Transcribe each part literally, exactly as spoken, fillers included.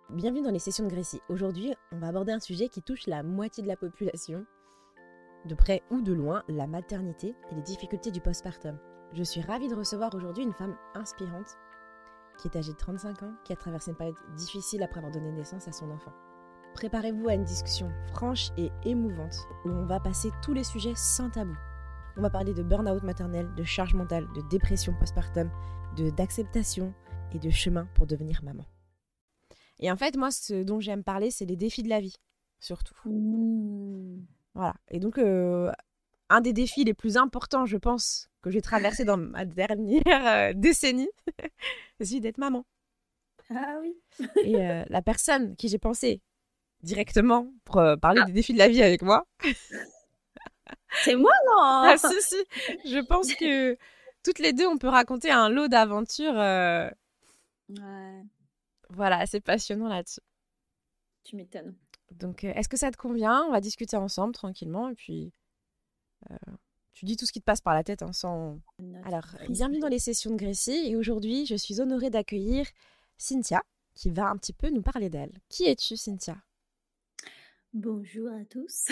Bienvenue dans les sessions de Gracie. Aujourd'hui, on va aborder un sujet qui touche la moitié de la population, de près ou de loin, la maternité et les difficultés du postpartum. Je suis ravie de recevoir aujourd'hui une femme inspirante qui est âgée de trente-cinq ans, qui a traversé une période difficile après avoir donné naissance à son enfant. Préparez-vous à une discussion franche et émouvante où on va passer tous les sujets sans tabou. On va parler de burn-out maternel, de charge mentale, de dépression postpartum, de, d'acceptation et de chemin pour devenir maman. Et en fait, moi, ce dont j'aime parler, c'est les défis de la vie, surtout. Mmh. Voilà. Et donc, euh, un des défis les plus importants, je pense, que j'ai traversé dans ma dernière euh, décennie, c'est celui d'être maman. Ah oui. Et euh, la personne qui j'ai pensé directement pour euh, parler Ah. des défis de la vie avec moi... C'est moi, non? Ah si, si. Je pense que toutes les deux, on peut raconter un lot d'aventures... Euh... Ouais. Voilà, assez passionnant là-dessus. Tu m'étonnes. Donc, euh, est-ce que ça te convient? On va discuter ensemble, tranquillement, et puis... Euh, tu dis tout ce qui te passe par la tête, hein, sans... Alors, bienvenue dans les sessions de Gracie, et aujourd'hui, je suis honorée d'accueillir Cynthia, qui va un petit peu nous parler d'elle. Qui es-tu, Cynthia? Bonjour à tous.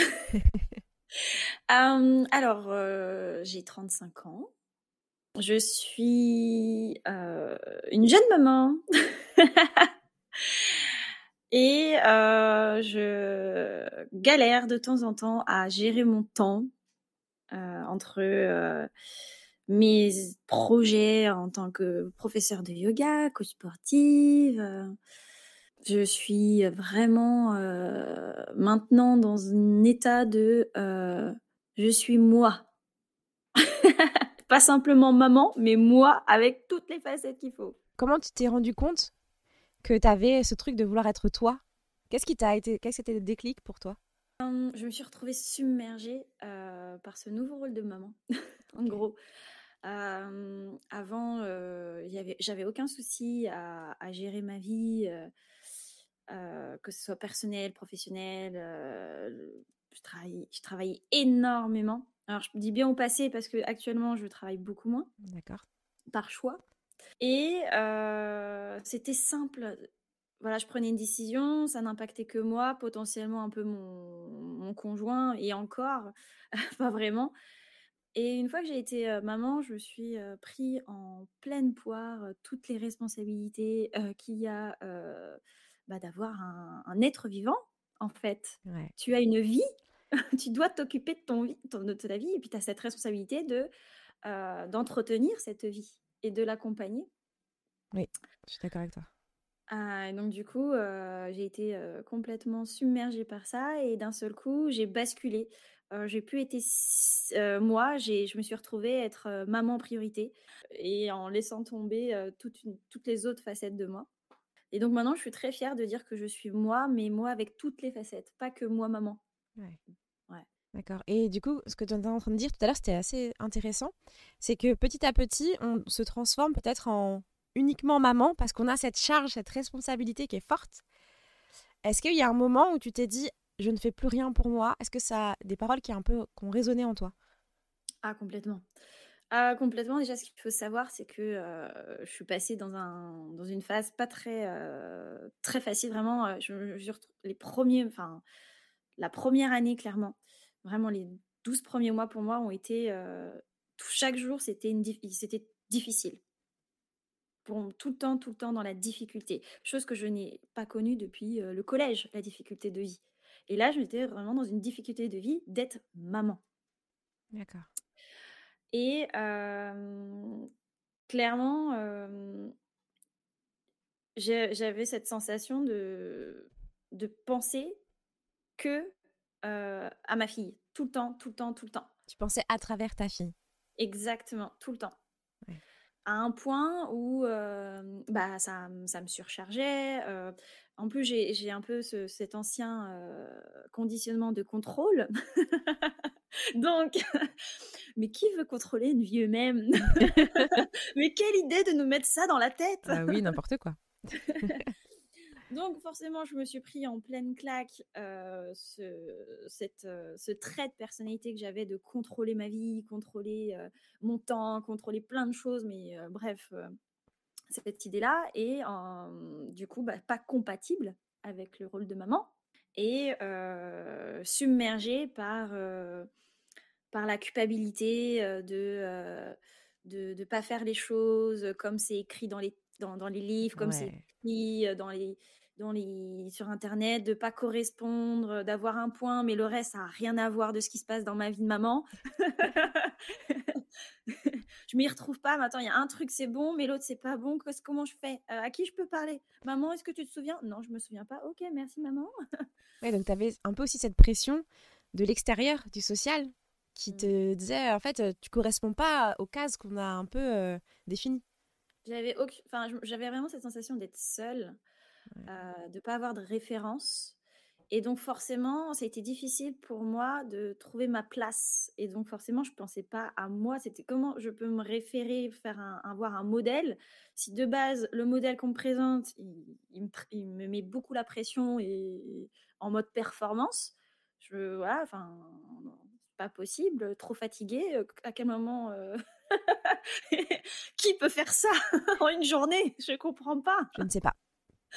euh, alors, euh, j'ai trente-cinq ans. Je suis euh, une jeune maman. Et euh, je galère de temps en temps à gérer mon temps euh, entre euh, mes projets en tant que professeur de yoga, coach sportive. Euh, je suis vraiment euh, maintenant dans un état de euh, je suis moi. Pas simplement maman, mais moi avec toutes les facettes qu'il faut. Comment tu t'es rendu compte que tu avais ce truc de vouloir être toi? Qu'est-ce qui t'a été, qu'est-ce qui était le déclic pour toi? Hum, Je me suis retrouvée submergée euh, par ce nouveau rôle de maman, en gros. Euh, avant, euh, y avait, j'avais aucun souci à, à gérer ma vie, euh, euh, que ce soit personnel, professionnel. Euh, je, travaille, je travaillais énormément. Alors, je dis bien au passé parce que actuellement, je travaille beaucoup moins. D'accord. Par choix. Et euh, c'était simple. Voilà, je prenais une décision, ça n'impactait que moi, potentiellement un peu mon, mon conjoint, et encore, pas vraiment. Et une fois que j'ai été euh, maman, je me suis euh, pris en pleine poire euh, toutes les responsabilités euh, qu'il y a euh, bah, d'avoir un, un être vivant, en fait. Ouais. Tu as une vie, tu dois t'occuper de, ton vie, de ta vie, et puis tu as cette responsabilité de, euh, d'entretenir cette vie et de l'accompagner. Oui, je suis d'accord avec toi. Ah, et donc du coup, euh, j'ai été euh, complètement submergée par ça, et d'un seul coup, j'ai basculé. Euh, j'ai plus été euh, moi, j'ai, je me suis retrouvée être euh, maman priorité, et en laissant tomber euh, toute une- toutes les autres facettes de moi. Et donc maintenant, je suis très fière de dire que je suis moi, mais moi avec toutes les facettes, pas que moi maman. Ouais. Ouais. D'accord. Et du coup, ce que tu étais en train de dire tout à l'heure, c'était assez intéressant. C'est que petit à petit, on se transforme peut-être en uniquement maman parce qu'on a cette charge, cette responsabilité qui est forte. Est-ce qu'il y a un moment où tu t'es dit, je ne fais plus rien pour moi? Est-ce que ça a des paroles qui, un peu, qui ont résonné en toi? Ah, complètement. Ah, complètement. Déjà, ce qu'il faut savoir, c'est que euh, je suis passée dans, un, dans une phase pas très, euh, très facile. Vraiment, euh, je, je, les premiers, enfin, la première année, clairement, vraiment, les douze premiers mois pour moi ont été. Euh, tout, chaque jour, c'était, une, c'était difficile. Pour tout le temps, tout le temps dans la difficulté. Chose que je n'ai pas connue depuis euh, le collège, la difficulté de vie. Et là, je m'étais vraiment dans une difficulté de vie d'être maman. D'accord. Et euh, clairement, euh, j'avais cette sensation de, de penser que euh, à ma fille, tout le temps, tout le temps, tout le temps. Tu pensais à travers ta fille. Exactement, tout le temps. Ouais. À un point où euh, bah, ça, ça me surchargeait. Euh, en plus, j'ai, j'ai un peu ce, cet ancien euh, conditionnement de contrôle. Donc, mais qui veut contrôler une vie eux-mêmes? Mais quelle idée de nous mettre ça dans la tête! Ah oui, n'importe quoi. Donc forcément, je me suis pris en pleine claque euh, ce, cette, euh, ce trait de personnalité que j'avais de contrôler ma vie, contrôler euh, mon temps, contrôler plein de choses, mais euh, bref, euh, cette idée-là est, hem, du coup, bah, pas compatible avec le rôle de maman et heu, submergée par, heu, par la culpabilité, heu, de, heu, de de pas faire les choses comme c'est écrit dans les dans dans les livres, comme c'est Ouais. écrit, heu, dans les dans les sur internet, de pas correspondre, heu, d'avoir un point, mais le reste, ça a rien à voir de ce qui se passe dans ma vie de maman. Je m'y retrouve pas, mais attends, il y a un truc, c'est bon, mais l'autre, c'est pas bon. Qu'est-ce comment je fais? Heu, à qui je peux parler? «Maman, est-ce que tu te souviens?» «Non, je me souviens pas». «OK, merci maman». Ouais, donc tu avais un peu aussi cette pression de l'extérieur, du social, qui Mmh. te disait, en fait, heu, tu corresponds pas aux cases qu'on a un peu, heu, définies. J'avais aucu enfin, je j'avais vraiment cette sensation d'être seule, Ouais. heu, de pas avoir de référence et donc forcément, ça a été difficile pour moi de trouver ma place et donc forcément, je pensais pas à moi, c'était comment je peux me référer, faire un avoir un modèle, si de base, le modèle qu'on me présente, il il me pr il me met beaucoup la pression et en mode performance. Je voilà, enfin, non, c'est pas possible, trop fatiguée, heu, à quel moment, heu, qui peut faire ça en une journée? Je comprends pas. Je ne sais pas.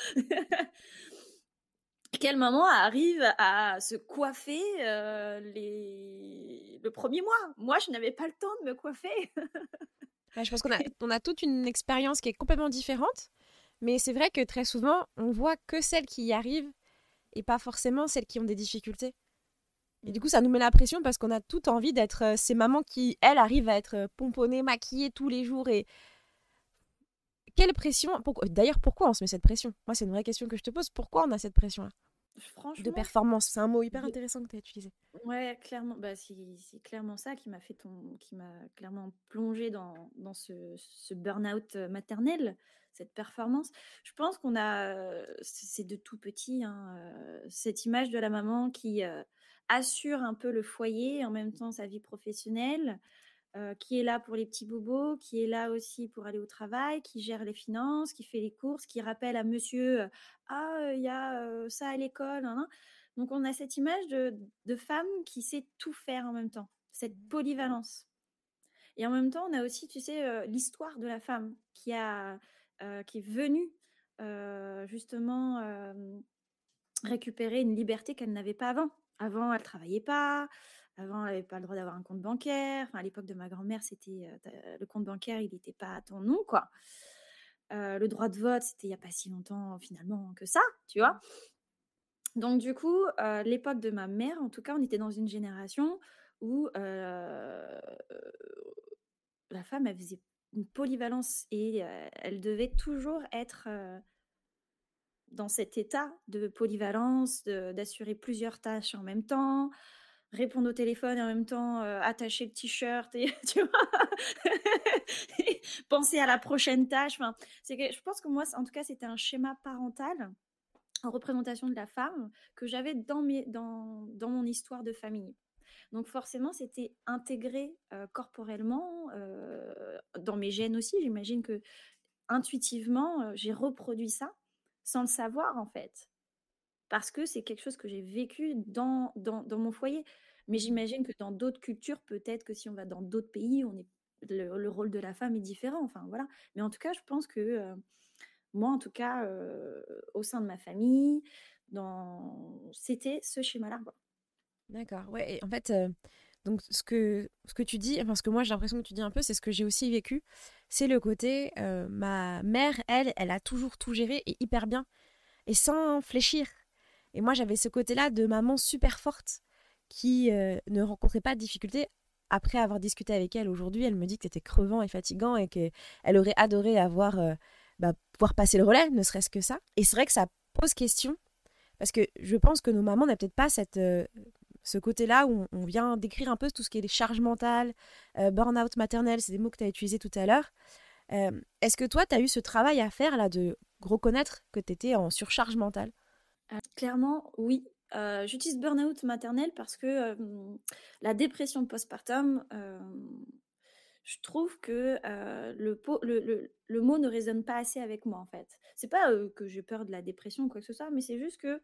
Quelle maman arrive à se coiffer, heu, les le premier mois? Moi, je n'avais pas le temps de me coiffer. Ouais, je pense qu'on a on a toute une expérience qui est complètement différente, mais c'est vrai que très souvent, on voit que celles qui y arrivent et pas forcément celles qui ont des difficultés. Et du Mmh. coup, ça nous met la pression parce qu'on a toute envie d'être, heu, ces mamans qui, elles, arrivent à être, heu, pomponnées, maquillées tous les jours et quelle pression pourquoi d'ailleurs, pourquoi on se met cette pression? Moi, c'est une vraie question que je te pose. Pourquoi on a cette pression-là? De Franchement, je performance, c'est un mot hyper je intéressant que tu as utilisé. ouais, clairement, bah, c'est c'est clairement ça qui m'a fait ton qui m'a clairement plongée dans dans ce ce burn-out, heu, maternel, cette performance. Je pense qu'on a, heu, c'est c'est de tout petit, hein, heu, cette image de la maman qui, heu, assure un peu le foyer, en même temps sa vie professionnelle, heu, qui est là pour les petits bobos, qui est là aussi pour aller au travail, qui gère les finances, qui fait les courses, qui rappelle à monsieur, heu: «Ah, heu, il y a, heu, ça à l'école, nin nin». Donc on a cette image de de femme qui sait tout faire en même temps, cette polyvalence et en même temps, on a aussi, tu sais, heu, l'histoire de la femme qui a, heu, qui est venue, heu, justement, hem, récupérer une liberté qu'elle n'avait pas avant. Avant, elle travaillait pas, avant, elle avait pas le droit d'avoir un compte bancaire. Enfin, à l'époque de ma grand-mère, c'était, heu, tu le compte bancaire, il était pas à ton nom, quoi. Heu, le droit de vote, c'était il y a pas si longtemps, finalement, que ça, tu vois? Donc du coup, heu, l'époque de ma mère, en tout cas, on était dans une génération où, heu, la femme, elle faisait une polyvalence et heu, elle devait toujours être, heu, dans cet état de polyvalence, de d'assurer plusieurs tâches en même temps, répondre au téléphone et en même temps, heu, attacher le t-shirt et tu vois? Et penser à la prochaine tâche, enfin, c'est que je pense que moi, c en tout cas, c'était un schéma parental en représentation de la femme que j'avais dans mes dans dans mon histoire de famille. Donc forcément, c'était intégré, heu, corporellement, heu, dans mes gènes aussi. J'imagine qu'intuitivement, heu, j'ai reproduit ça sans le savoir, en fait. Parce que c'est quelque chose que j'ai vécu dans dans dans mon foyer. Mais Mmh. j'imagine que dans d'autres cultures, peut-être que si on va dans d'autres pays, on est le le rôle de la femme est différent, enfin voilà. Mais en tout cas, je pense que, heu, moi en tout cas, heu, au sein de ma famille, dans c'était ce schéma-là, quoi. D'accord, ouais et en fait, heu, donc ce que ce que tu dis, enfin ce que moi j'ai l'impression que tu dis un peu, c'est ce que j'ai aussi vécu. C'est le côté, heu, ma mère, elle, elle a toujours tout géré et hyper bien et sans fléchir et moi j'avais ce côté-là de maman super forte qui, heu, ne rencontrait pas de difficultés. Après avoir discuté avec elle aujourd'hui, elle me dit que c'était crevant et fatigant et qu'elle aurait adoré avoir, heu, bah, pouvoir passer le relais, ne serait-ce que ça et c'est vrai que ça pose question parce que je pense que nos mamans n'ont peut-être pas cette, heu, ce côté-là où on, on vient décrire un peu tout ce qui est les charges mentales, euh, burn-out maternel, c'est des mots que tu as utilisés tout à l'heure. Euh, Est-ce que toi, tu as eu ce travail à faire là de reconnaître que tu étais en surcharge mentale? Heu, clairement, oui. Heu, j'utilise burn-out maternel parce que, hem, la dépression postpartum, hem, je trouve que, heu, le po le le le mot ne résonne pas assez avec moi, en fait. C'est pas, heu, que j'ai peur de la dépression ou quoi que ce soit, mais c'est juste que,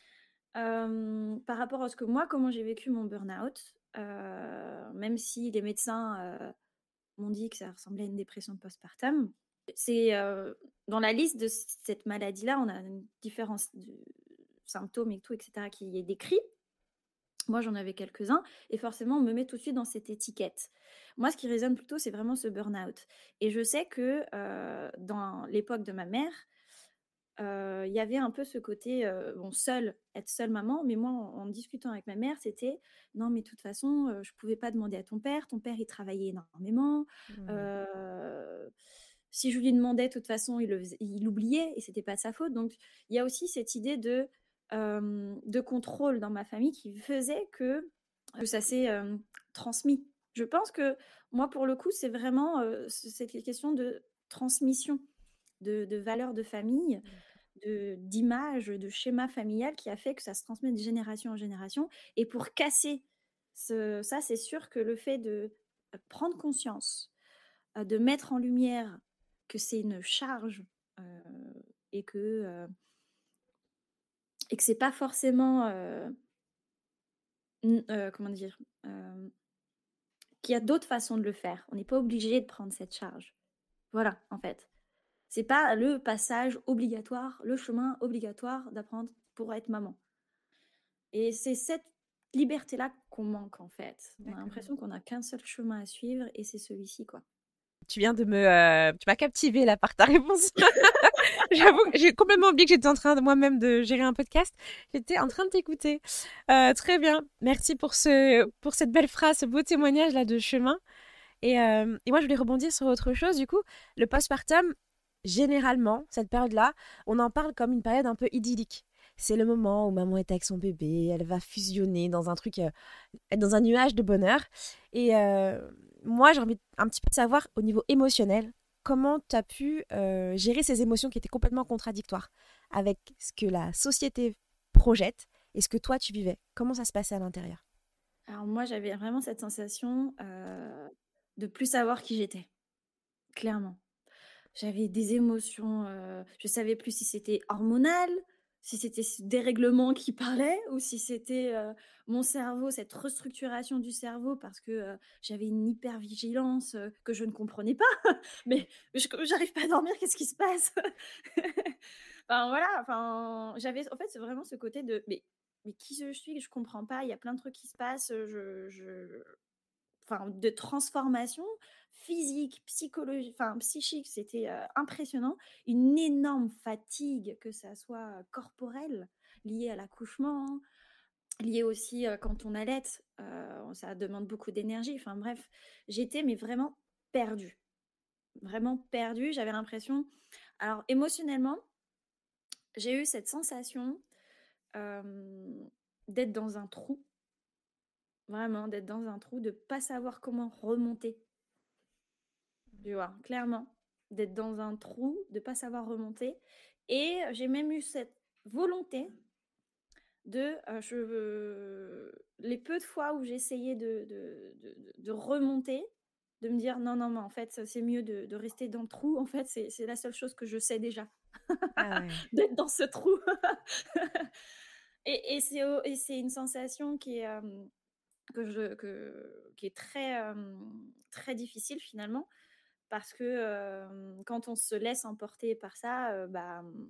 hem, par rapport à ce que moi, comment j'ai vécu mon burn-out, heu, même si les médecins, heu, m'ont dit que ça ressemblait à une dépression postpartum, C'est, heu, dans la liste de c cette maladie-là, on a une différence de symptômes et tout et cetera qui est décrit. Moi, j'en avais quelques-uns et forcément, on me met tout de suite dans cette étiquette. Moi, ce qui résonne plutôt, c'est vraiment ce burn-out et je sais que, heu, dans l'époque de ma mère, heu, il y avait un peu ce côté, heu, bon, seule, être seule maman, mais moi, en en discutant avec ma mère, c'était: «Non, mais de toute façon, heu, je pouvais pas demander à ton père. Ton père, il travaillait énormément, Mmh. heu, si je lui demandais, de toute façon, il le fais il oubliait et c'était pas de sa faute». Donc il y a aussi cette idée de, hem, de contrôle dans ma famille qui faisait que que ça s'est, hem, transmis. Je pense que moi, pour le coup, c'est vraiment, heu, c c'est une question de transmission, de de valeurs de famille, D'accord. de d'image, de schéma familial qui a fait que ça se transmet de génération en génération et pour casser ce ça, c'est sûr que le fait de, heu, prendre conscience, heu, de mettre en lumière que c'est une charge, heu et que, heu et que c'est pas forcément, heu, n heu, comment dire? Hem, qu'il y a d'autres façons de le faire. On n'est pas obligé de prendre cette charge. Voilà, en fait. C'est pas le passage obligatoire, le chemin obligatoire d'apprendre pour être maman. Et c'est cette liberté-là qu'on manque, en fait. On a D'accord. l'impression qu'on n'a qu'un seul chemin à suivre et c'est celui-ci, quoi. Tu viens de me, heu, tu m'as captivée là par ta réponse. J'avoue, j'ai complètement oublié que j'étais en train de moi-même de gérer un podcast. J'étais en train de t'écouter. Heu, très bien. Merci pour ce pour cette belle phrase, ce beau témoignage là de chemin et hem et moi je voulais rebondir sur autre chose du coup. Le postpartum, généralement, cette période-là, on en parle comme une période un peu idyllique. C'est le moment où maman est avec son bébé, elle va fusionner dans un truc, heu, être dans un nuage de bonheur et heu, moi j'ai envie un petit peu de savoir au niveau émotionnel, comment tu as pu, heu, gérer ces émotions qui étaient complètement contradictoires avec ce que la société projette et ce que toi tu vivais? Comment ça se passait à l'intérieur? Alors moi, j'avais vraiment cette sensation, heu, de plus savoir qui j'étais, clairement. J'avais des émotions, heu, je savais plus si c'était hormonal, si c'était ce dérèglement qui parlait ou si c'était, heu, mon cerveau, cette restructuration du cerveau parce que, heu, j'avais une hypervigilance, heu, que je ne comprenais pas. Mais je j'arrive pas à dormir, qu'est-ce qui se passe? Enfin voilà, enfin, j'avais en fait, c'est vraiment ce côté de: «Mais mais qui je suis? Je comprends pas, il y a plein de trucs qui se passent, heu, je je» enfin, de transformation physique, psychologique, enfin psychique, c'était, heu, impressionnant. Une énorme fatigue, que ça soit corporelle, liée à l'accouchement, liée aussi, heu, quand on allaite, heu, ça demande beaucoup d'énergie. Enfin bref, j'étais mais vraiment perdue, vraiment perdue. J'avais l'impression alors émotionnellement, j'ai eu cette sensation, hem, d'être dans un trou, vraiment d'être dans un trou, de pas savoir comment remonter. Tu vois? Clairement, d'être dans un trou, de pas savoir remonter et j'ai même eu cette volonté de, heu, je veux les peu de fois où j'essayais de de de de de remonter, de me dire: «Non, non, mais en fait, c'est mieux de de rester dans le trou, en fait, c'est c'est la seule chose que je sais déjà, Ah ouais. d'être dans ce trou». Et et c'est au et c'est une sensation qui est, hem, que je que qui est très, hem, très difficile finalement parce que, hem, quand on se laisse emporter par ça, heu, bah, mmh,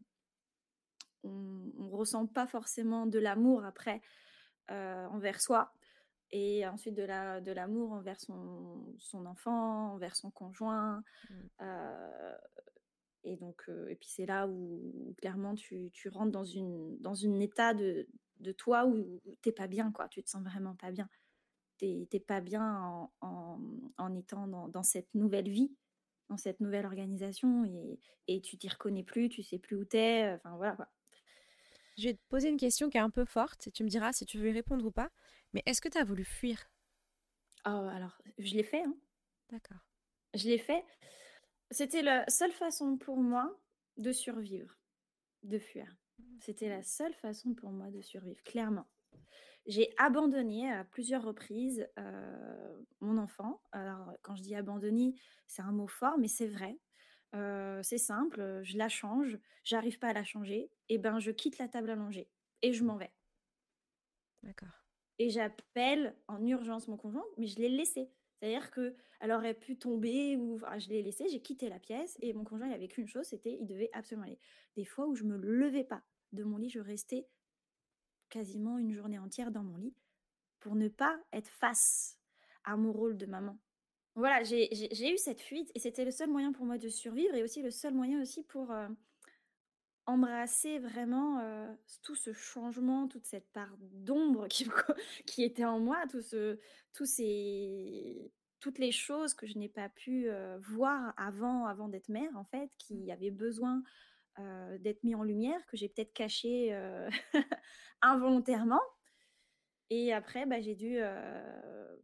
on on ressent pas forcément de l'amour après, heu, envers soi et ensuite de la de l'amour envers son son enfant, envers son conjoint, Mmh. heu et donc heu et puis c'est là où où clairement tu tu rentres dans une dans une état de de toi où tu es pas bien, quoi. Tu te sens vraiment pas bien. Tu es tu es pas bien en en, mmh, en étant dans dans cette nouvelle vie, dans cette nouvelle organisation et et tu t'y reconnais plus, tu sais plus où tu es, enfin voilà, quoi. Je vais te poser une question qui est un peu forte et tu me diras si tu veux y répondre ou pas. Mais est-ce que tu as voulu fuir? Ah alors, je l'ai fait, hein, D'accord. je l'ai fait. C'était la seule façon pour moi de survivre, de fuir. C'était la seule façon pour moi de survivre, clairement. J'ai abandonné à plusieurs reprises, heu, mon enfant. Alors, quand je dis abandonner, c'est un mot fort, mais c'est vrai. Heu, c'est simple, heu, je la change, j'arrive pas à la changer et ben, je quitte la table à manger et je m'en vais D'accord. et j'appelle en urgence mon conjoint, mais je l'ai laissé. C'est-à-dire qu'elle aurait pu tomber ou enfin, je l'ai laissée, j'ai quitté la pièce et mon conjoint, il avait qu'une chose, c'était il devait absolument aller. Des fois où je me levais pas de mon lit, je restais quasiment une journée entière dans mon lit pour ne pas être face à mon rôle de maman. Voilà, j'ai j'ai j'ai eu cette fuite et c'était le seul moyen pour moi de survivre et aussi le seul moyen aussi pour, heu, embrasser vraiment, heu, tout ce changement, toute cette part d'ombre qui qui était en moi, tout ce tous ces toutes les choses que je n'ai pas pu, heu, voir avant avant d'être mère, en fait, qui avaient besoin, heu, d'être mis en lumière, que j'ai peut-être caché, heu, involontairement et après, bah, j'ai dû, heu,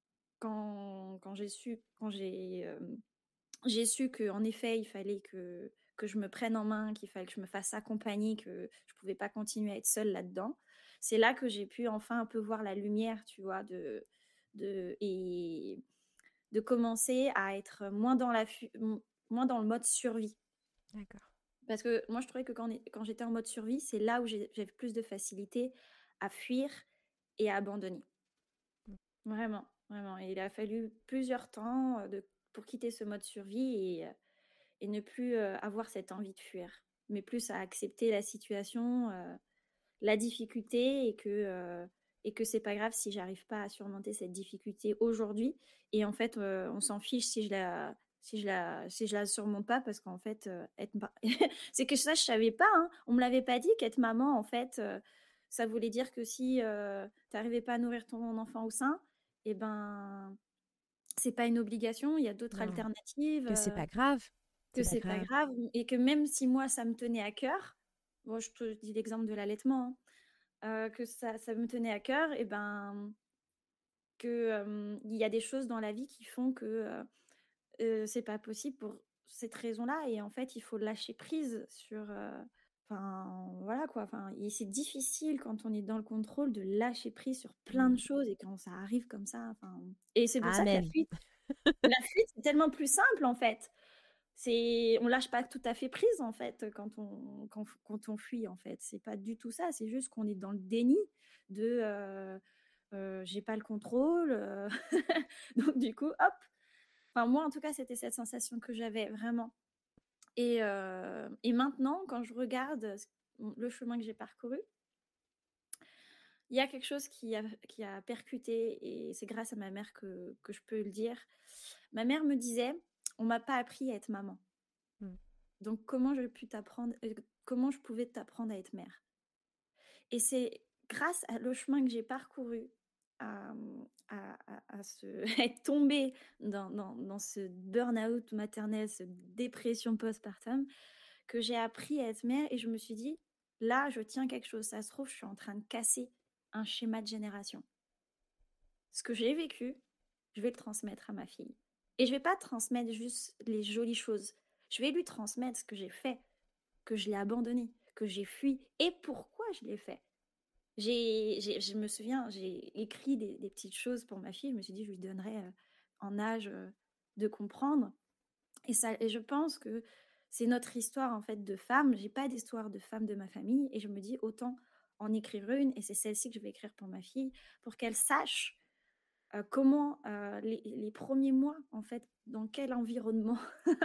quand quand j'ai su quand j'ai, hem j'ai su qu'en effet, il fallait que que je me prenne en main, qu'il fallait que je me fasse accompagner, que je pouvais pas continuer à être seule là-dedans. C'est là que j'ai pu enfin un peu voir la lumière, tu vois? De de et de commencer à être moins dans la fu m moins dans le mode survie. D'accord. Parce que moi, je trouvais que quand on est quand j'étais en mode survie, c'est là où j'ai j'avais plus de facilité à fuir et à abandonner. Mmh. Vraiment, vraiment et il a fallu plusieurs temps, heu, de pour quitter ce mode survie et heu et ne plus, heu, avoir cette envie de fuir, mais plus à accepter la situation, heu, la difficulté et que, heu et que c'est pas grave si j'arrive pas à surmonter cette difficulté aujourd'hui et en fait, heu, on s'en fiche si je la si je la si je la surmonte pas parce qu'en fait, heu, être ma c'est que ça je savais pas, hein. On me l'avait pas dit qu'être maman en fait, heu, ça voulait dire que si, heu, tu arrivais pas à nourrir ton enfant au sein et ben, c'est pas une obligation, il y a d'autres Non, alternatives, que c'est heu pas grave. que C'est pas c'est pas grave. grave et que même si moi ça me tenait à cœur, moi je te dis l'exemple de l'allaitement, hein, heu, que ça ça me tenait à cœur et ben, que, hem, il y a des choses dans la vie qui font que, heu heu, c'est pas possible pour cette raison-là et en fait, il faut lâcher prise sur, heu, enfin voilà quoi, enfin et c'est difficile quand on est dans le contrôle de lâcher prise sur plein de Mmh. choses et quand ça arrive comme ça, enfin et c'est pour ça que la Amen. fuite la fuite, c'est tellement plus simple en fait. C'est on lâche pas tout à fait prise en fait, quand on quand quand on fuit en fait. C'est pas du tout ça, c'est juste qu'on est dans le déni de, heu heu, j'ai pas le contrôle, heu, donc du coup, hop, enfin moi en tout cas, c'était cette sensation que j'avais vraiment et heu et maintenant quand je regarde ce le chemin que j'ai parcouru, il y a quelque chose qui a qui a percuté et c'est grâce à ma mère que que je peux le dire. Ma mère me disait: «On m'a pas appris à être maman». Mmh. Donc comment je pu t'apprendre heu, comment je pouvais t'apprendre à être mère? Et c'est grâce à le chemin que j'ai parcouru, à, mmh, à à à ce à être tombée dans dans dans ce burn-out maternel, cette dépression postpartum, que j'ai appris à être mère et je me suis dit: «Là, je tiens quelque chose. Ça se trouve, je suis en train de casser un schéma de génération. Ce que j'ai vécu, je vais le transmettre à ma fille et je vais pas transmettre juste les jolies choses. Je vais lui transmettre ce que j'ai fait, que je l'ai abandonné, que j'ai fui et pourquoi je l'ai fait. J'ai j'ai je me souviens, j'ai écrit des des petites choses pour ma fille. Je me suis dit: «Je lui donnerai, heu, en âge, heu, de comprendre» et ça et je pense que c'est notre histoire, en fait, de femme. J'ai pas d'histoire de femme de ma famille et je me dis: «Autant en écrire une» et c'est celle-ci que je vais écrire pour ma fille, pour qu'elle sache, heu, comment, heu, les les premiers mois, en fait, dans quel environnement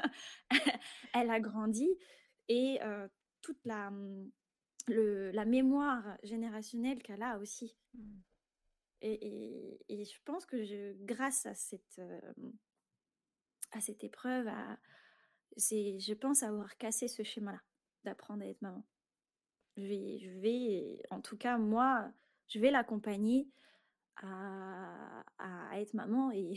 elle a grandi et heu, toute la, mmh, le la mémoire générationnelle qu'elle a aussi Mmh. et et et je pense que je grâce à cette, hem, à cette épreuve, à c'est je pense avoir cassé ce schéma-là, d'apprendre à être maman. Je vais je vais en tout cas moi, je vais l'accompagner à à être maman et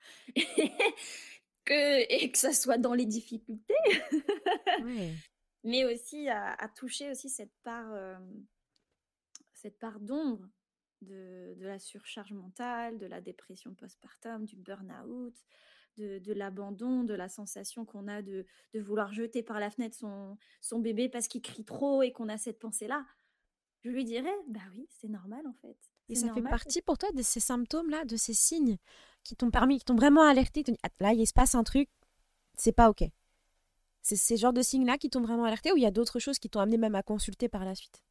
que et que ça soit dans les difficultés, Ouais. mais aussi à à toucher aussi cette part, hem, cette part d'ombre de de la surcharge mentale, de la dépression postpartum, du burn-out, de de l'abandon, de la sensation qu'on a de de vouloir jeter par la fenêtre son son bébé parce qu'il crie trop et qu'on a cette pensée-là. Je lui dirais: «Bah oui, c'est normal en fait, Et c'est ça fait normal». partie pour toi de ces symptômes-là, de ces signes qui t'ont permis, qui t'ont vraiment alerté, qui t'ont dit: «Ah, là, il se passe un truc, c'est pas OK». C'est ces genres de signes-là qui t'ont vraiment alerté ou il y a d'autres choses qui t'ont amené même à consulter par la suite?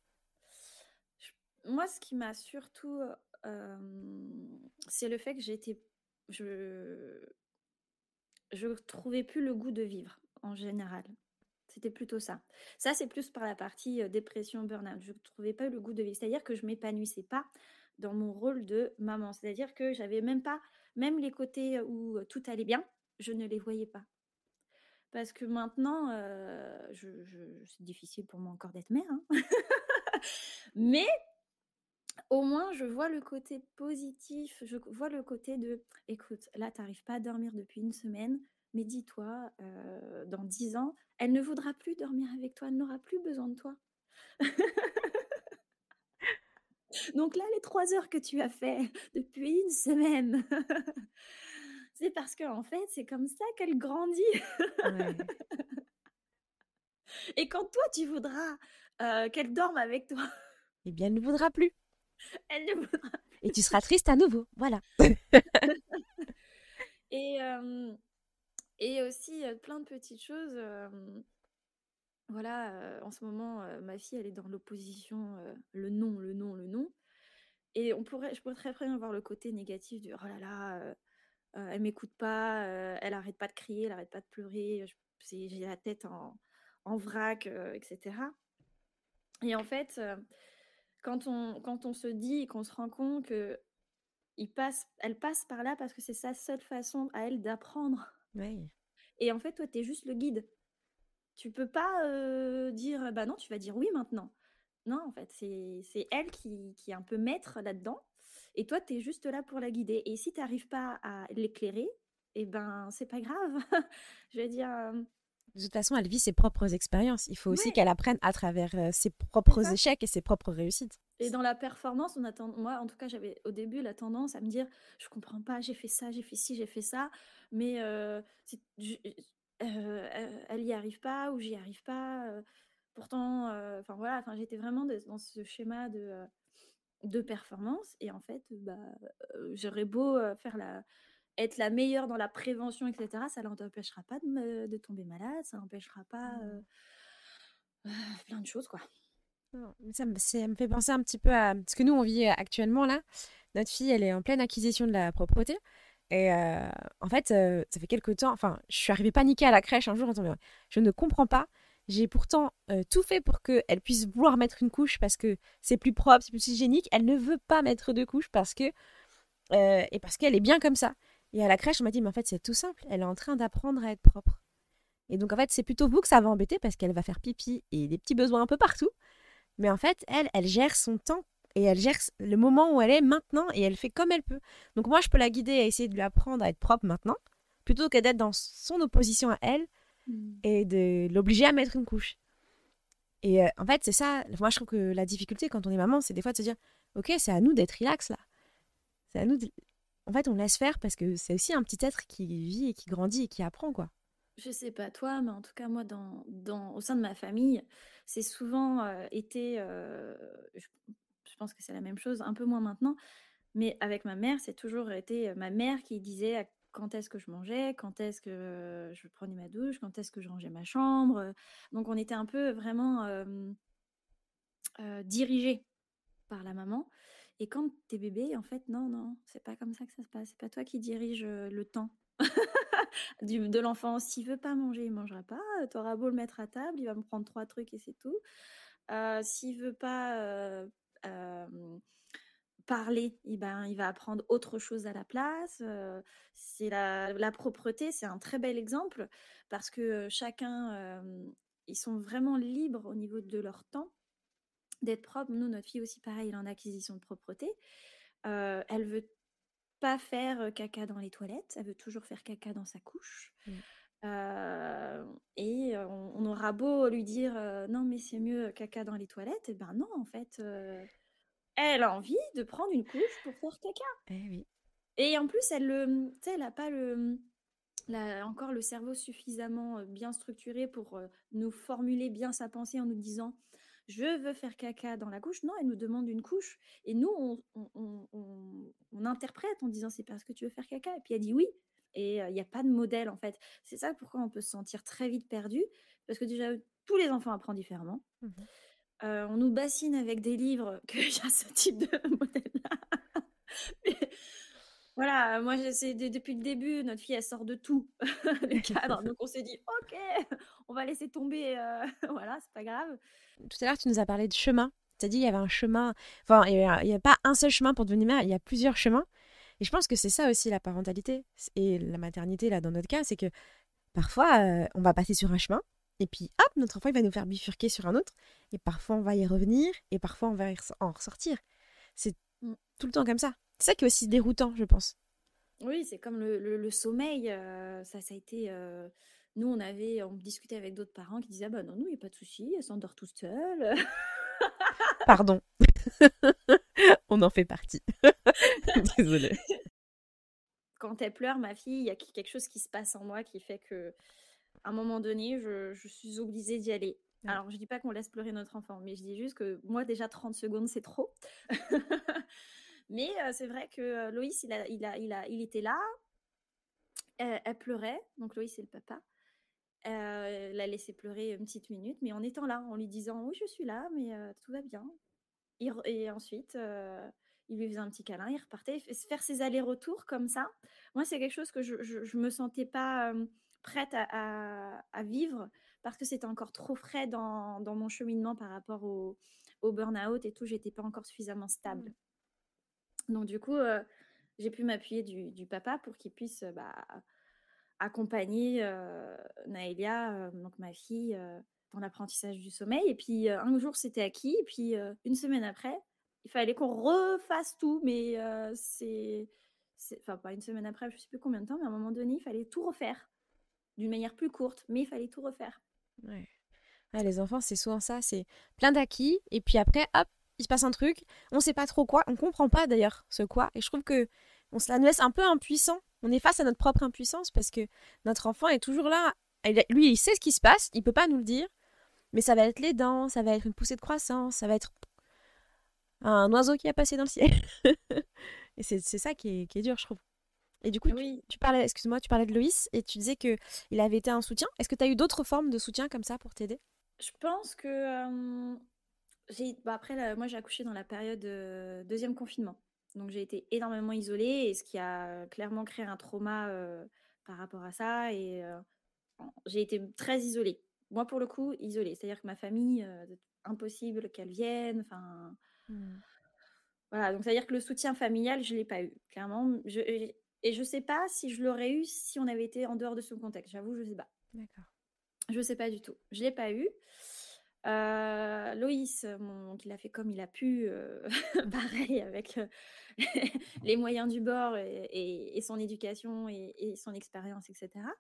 J Moi, ce qui m'a surtout, hem, c'est le fait que j'ai été je je trouvais plus le goût de vivre, en général. C'était plutôt ça. Ça, c'est plus par la partie, heu, dépression, burn-out. Je trouvais pas le goût de vivre. C'est-à-dire que je m'épanouissais pas dans mon rôle de maman. C'est-à-dire que j'avais même pas même les côtés où, heu, tout allait bien, je ne les voyais pas. Parce que maintenant, heu, je je c'est difficile pour moi encore d'être mère, hein. Mais au moins, je vois le côté positif, je vois le côté de: «Écoute, là, tu arrives pas à dormir depuis une semaine, mais dis-toi, heu, dans dix ans, elle ne voudra plus dormir avec toi, elle n'aura plus besoin de toi. Donc là, les trois heures que tu as fait depuis une semaine, c'est parce qu'en fait, c'est comme ça qu'elle grandit Ouais. et quand toi, tu voudras, heu, qu'elle dorme avec toi, Eh bien, elle ne voudra plus. elle ne voudra» Et tu seras triste à nouveau. Voilà. et hem et aussi, heu, plein de petites choses, hem, voilà, heu, en ce moment, heu, ma fille, elle est dans l'opposition, heu, le non, le non, le non et on pourrait je pourrais très bien voir le côté négatif du: «Oh là là, heu heu, elle m'écoute pas, heu, elle arrête pas de crier, elle arrête pas de pleurer, je c'est j'ai la tête en en vrac», heu et cetera et en fait, heu, quand on quand on se dit et qu'on se rend compte qu'il passe elle passe par là parce que c'est sa seule façon à elle d'apprendre Ouais. et en fait, toi, tu es juste le guide. Tu peux pas, heu, dire: «Bah non», tu vas dire: «Oui» maintenant. Non, en fait, c'est c'est elle qui qui est un peu maître là-dedans et toi, tu es juste là pour la guider et si tu arrives pas à l'éclairer et ben, c'est pas grave. Je veux dire, hem De toute façon, elle vit ses propres expériences. Il faut aussi ouais, qu'elle apprenne à travers euh, ses c'est propres ça échecs et ses propres réussites. et dans la performance, on attend moi, en tout cas, j'avais au début la tendance à me dire: «Je comprends pas, j'ai fait ça, j'ai fait ci, j'ai fait ça, mais heu, c'est je heu, heu, elle y arrive pas ou j'y arrive pas, heu, pourtant, heu» enfin voilà, enfin j'étais vraiment de dans ce schéma de, heu de performance et en fait, bah, heu, j'aurais beau, heu, faire la être la meilleure dans la prévention et cetera, ça l'empêchera pas de me de tomber malade, ça l'empêchera pas, heu, heu, plein de choses, quoi. Non, mais ça me, ça me fait penser un petit peu à ce que nous, on vit actuellement là. Notre fille, elle est en pleine acquisition de la propreté. Et euh, en fait, euh, ça fait quelques temps, enfin, je suis arrivée paniquée à la crèche un jour en disant, mais je ne comprends pas. J'ai pourtant euh, tout fait pour qu'elle puisse vouloir mettre une couche parce que c'est plus propre, c'est plus hygiénique. Elle ne veut pas mettre de couche parce que, euh, et parce qu'elle est bien comme ça. Et à la crèche, on m'a dit, mais en fait, c'est tout simple. Elle est en train d'apprendre à être propre. Et donc, en fait, c'est plutôt vous que ça va embêter parce qu'elle va faire pipi et des petits besoins un peu partout. Mais en fait, elle, elle gère son temps et elle gère le moment où elle est maintenant et elle fait comme elle peut. Donc moi, je peux la guider à essayer de lui apprendre à être propre maintenant, plutôt que d'être dans son opposition à elle Mmh. et de l'obliger à mettre une couche. Et euh, en fait, c'est ça, moi je trouve que la difficulté quand on est maman, c'est des fois de se dire, ok, c'est à nous d'être relax là. C'est à nous de... En fait, on laisse faire parce que c'est aussi un petit être qui vit et qui grandit et qui apprend, quoi. Je sais pas toi, mais en tout cas moi dans dans au sein de ma famille, c'est souvent, heu, été, heu, je je pense que c'est la même chose, un peu moins maintenant, mais avec ma mère, c'est toujours été, heu, ma mère qui disait à quand est-ce que je mangeais, quand est-ce que, heu, je prenais ma douche, quand est-ce que je rangeais ma chambre, heu, donc on était un peu vraiment, hem, heu, dirigés par la maman et quand tu es bébé, en fait, non, non, c'est pas comme ça que ça se passe. C'est pas toi qui dirige, heu, le temps du de l'enfant. S'il veut pas manger, il mangera pas, tu auras beau le mettre à table, il va me prendre trois trucs et c'est tout. Heu, s'il veut pas, heu, hem, parler, et ben, il va apprendre autre chose à la place, heu, c'est la la propreté, c'est un très bel exemple parce que, heu, chacun, hem, ils sont vraiment libres au niveau de leur temps d'être propre. Nous, notre fille aussi, pareil, elle est en acquisition de propreté. Heu, elle veut pas faire, heu, caca dans les toilettes, elle veut toujours faire caca dans sa couche. Mm. Heu et heu, on on aura beau lui dire, heu: «Non, mais c'est mieux, caca dans les toilettes» et ben non, en fait, heu, elle a envie de prendre une couche pour faire caca Eh oui. et en plus, elle le, mmh, tu sais, elle a pas le, mmh, la encore le cerveau suffisamment, heu, bien structuré pour, heu, nous formuler bien sa pensée en nous disant: «Je veux faire caca dans la couche». Non, elle nous demande une couche et nous on on on on on interprète en disant: «C'est parce que tu veux faire caca» et puis elle dit: «Oui» et il y a pas de modèle en fait. C'est ça pourquoi on peut se sentir très vite perdu parce que déjà, tous les enfants apprennent différemment. Mhm. Heu, on nous bassine avec des livres qu'il y a ce type de modèle-là. Voilà, moi, je c'est de depuis le début, notre fille, elle sort de tout, le cadre, donc on s'est dit: «OK, on va laisser tomber, heu, voilà, c'est pas grave». Tout à l'heure, tu nous as parlé de chemin. Tu as dit il y avait un chemin, enfin, il n'y a, il y a pas un seul chemin pour devenir mère, il y a plusieurs chemins. Et je pense que c'est ça aussi la parentalité et la maternité, là, dans notre cas, c'est que parfois, euh, on va passer sur un chemin, et puis hop, notre enfant, il va nous faire bifurquer sur un autre, et parfois, on va y revenir, et parfois, on va y res- en ressortir. C'est Mmh. tout le temps comme ça. C'est ça qui est aussi déroutant, je pense. Oui, c'est comme le le le sommeil, heu, ça ça a été, heu, nous, on avait on discutait avec d'autres parents qui disaient: «Ah bah non, nous, il y a pas de souci, elle s'endort toute seule». Pardon, on en fait partie. Désolée. Quand elle pleure, ma fille, il y a qui quelque chose qui se passe en moi qui fait que à un moment donné, je je suis obligée d'y aller. Ouais. Alors, je dis pas qu'on laisse pleurer notre enfant, mais je dis juste que moi, déjà trente secondes, c'est trop. Mais heu, c'est vrai que, heu, Loïs, il a il a il a il était là, elle elle pleurait, donc Loïs, c'est le papa. Heu, l'a laissé pleurer une petite minute, mais en étant là, en lui disant: «Oui, je suis là, mais heu, tout va bien». Il re et ensuite, heu, il lui faisait un petit câlin, il repartait. F faire ces allers-retours comme ça, moi, c'est quelque chose que je je je me sentais pas, hem, prête à à à vivre parce que c'était encore trop frais dans dans mon cheminement par rapport au au burn-out et tout. J'étais pas encore suffisamment stable. Mm. Donc du coup, heu, j'ai pu m'appuyer du du papa pour qu'il puisse, heu, bah, accompagner, heu, Naëlia, heu, donc ma fille, heu, dans l'apprentissage du sommeil. Et puis, heu, un jour, c'était acquis et puis, heu, une semaine après, il fallait qu'on refasse tout, mais heu, c'est c'est enfin, pas une semaine après, je sais plus combien de temps, mais à un moment donné, il fallait tout refaire d'une manière plus courte, mais il fallait tout refaire. Ouais. Ouais, les enfants, c'est souvent ça, c'est plein d'acquis, et puis après, hop, il se passe un truc, on sait pas trop quoi, on comprend pas d'ailleurs ce quoi, et je trouve que on se la nous laisse un peu impuissant. On est face à notre propre impuissance parce que notre enfant est toujours là. Il- lui, il sait ce qui se passe, il peut pas nous le dire, mais ça va être les dents, ça va être une poussée de croissance, ça va être un oiseau qui a passé dans le ciel. Et c'est c'est ça qui est, qui est dur, je trouve. Et du coup, tu, Oui, tu parlais, excuse-moi, tu parlais de Loïs et tu disais que il avait été un soutien. Est-ce que tu as eu d'autres formes de soutien comme ça pour t'aider? je pense que, hem, j'ai bah, après là, moi, j'ai accouché dans la période, heu, deuxième confinement. Donc j'ai été énormément isolée et ce qui a clairement créé un trauma, heu, par rapport à ça et heu j'ai été très isolée. Moi, pour le coup, isolée. C'est-à-dire que ma famille, heu, impossible qu'elle vienne, enfin, Hmm, voilà. Donc c'est-à-dire que le soutien familial, je l'ai pas eu, clairement. Je et et je sais pas si je l'aurais eu si on avait été en dehors de ce contexte. J'avoue, je sais pas. d'accord. Je sais pas du tout. Je l'ai pas eu. Heu, Loïs, mon il a fait comme il a pu, heu, pareil avec, heu, les moyens du bord et et et son éducation et et son expérience et cetera.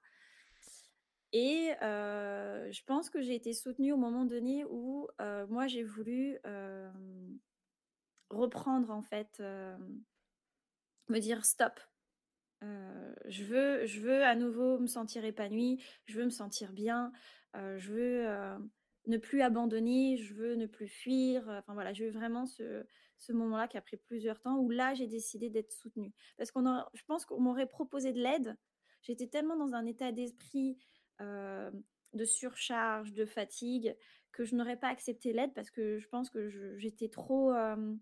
Et heu, je pense que j'ai été soutenue au moment donné où, heu, moi j'ai voulu, hem, reprendre en fait, hem, me dire: «Stop, heu, je veux je veux à nouveau me sentir épanouie, je veux me sentir bien, heu, je veux, heu, ne plus abandonner, je veux ne plus fuir», enfin voilà, j'ai eu vraiment ce ce moment-là qui a pris plusieurs temps où là j'ai décidé d'être soutenue. Parce qu'on a je pense qu'on m'aurait proposé de l'aide, j'étais tellement dans un état d'esprit, hem, de surcharge, de fatigue, que je n'aurais pas accepté l'aide parce que je pense que je j'étais trop, hem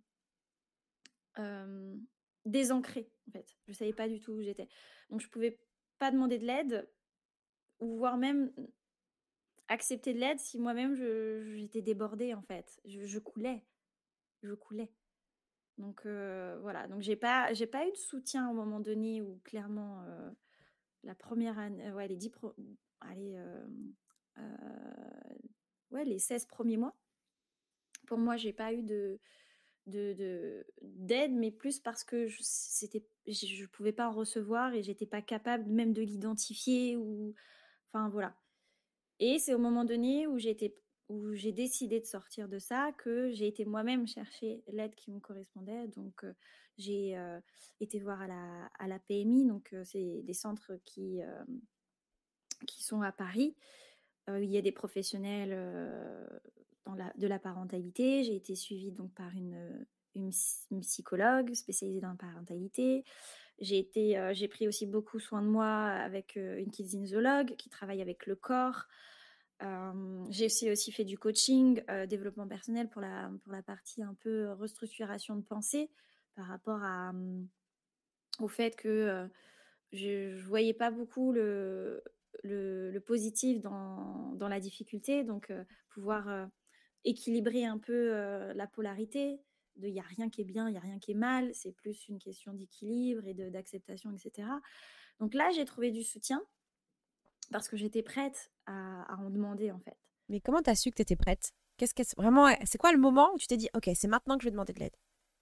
hem, désancrée, en fait. Je savais pas du tout où j'étais. Donc je pouvais pas demander de l'aide ou voire même accepter de l'aide si moi-même je j'étais débordée, en fait. Je je coulais, je coulais. Donc heu, voilà, donc j'ai pas j'ai pas eu de soutien à un moment donné où clairement, heu, la première année, ouais, les dix pre allez, hem, heu, ouais, les seize premiers mois, pour moi, j'ai pas eu de de de d'aide, mais plus parce que je c'était je je pouvais pas en recevoir et j'étais pas capable même de l'identifier ou enfin voilà. Et c'est au moment donné où j'ai été où j'ai décidé de sortir de ça que j'ai été moi-même chercher l'aide qui me correspondait. Donc heu, j'ai, heu, été voir à la à la P M I, donc heu, c'est des centres qui, hem, qui sont à Paris. Heu, il y a des professionnels, heu, dans la de la parentalité. J'ai été suivie donc par une, une psy une psychologue spécialisée dans la parentalité. J'ai été, heu, j'ai pris aussi beaucoup soin de moi avec, heu, une kinésiologue qui travaille avec le corps. Hem, j'ai aussi aussi fait du coaching, heu, développement personnel pour la pour la partie un peu restructuration de pensée par rapport à, mmh au fait que, heu, je je voyais pas beaucoup le le le positif dans dans la difficulté, donc heu, pouvoir, heu, équilibrer un peu, heu, la polarité de il y a rien qui est bien, il y a rien qui est mal, c'est plus une question d'équilibre et de d'acceptation et cetera. Donc là, j'ai trouvé du soutien parce que j'étais prête à à en demander, en fait. Mais comment t'as su que t'étais prête? Qu'est-ce que c'est vraiment, c'est quoi le moment où tu t'es dit: «OK, c'est maintenant que je vais demander de l'aide»?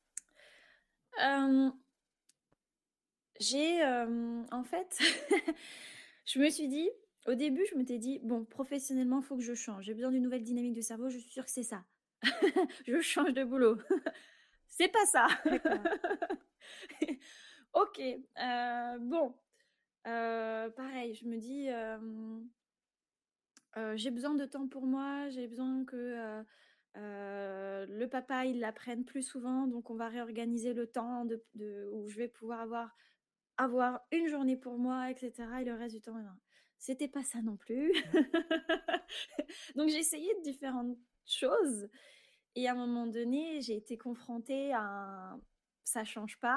Hem, j'ai, hem, en fait, je me suis dit au début, je m'étais dit: «Bon, professionnellement, il faut que je change. J'ai besoin d'une nouvelle dynamique de cerveau, je suis sûre que c'est ça. Je change de boulot». C'est pas ça. D'accord. OK, heu, bon, heu, pareil, je me dis, hem, heu: «J'ai besoin de temps pour moi, j'ai besoin que, heu heu, le papa, il l'apprenne plus souvent, donc on va réorganiser le temps de de où je vais pouvoir avoir avoir une journée pour moi et cetera et le reste du temps, non». C'était pas ça non plus. Ouais. Donc j'ai essayé différentes choses et à un moment donné, j'ai été confrontée à un ça change pas,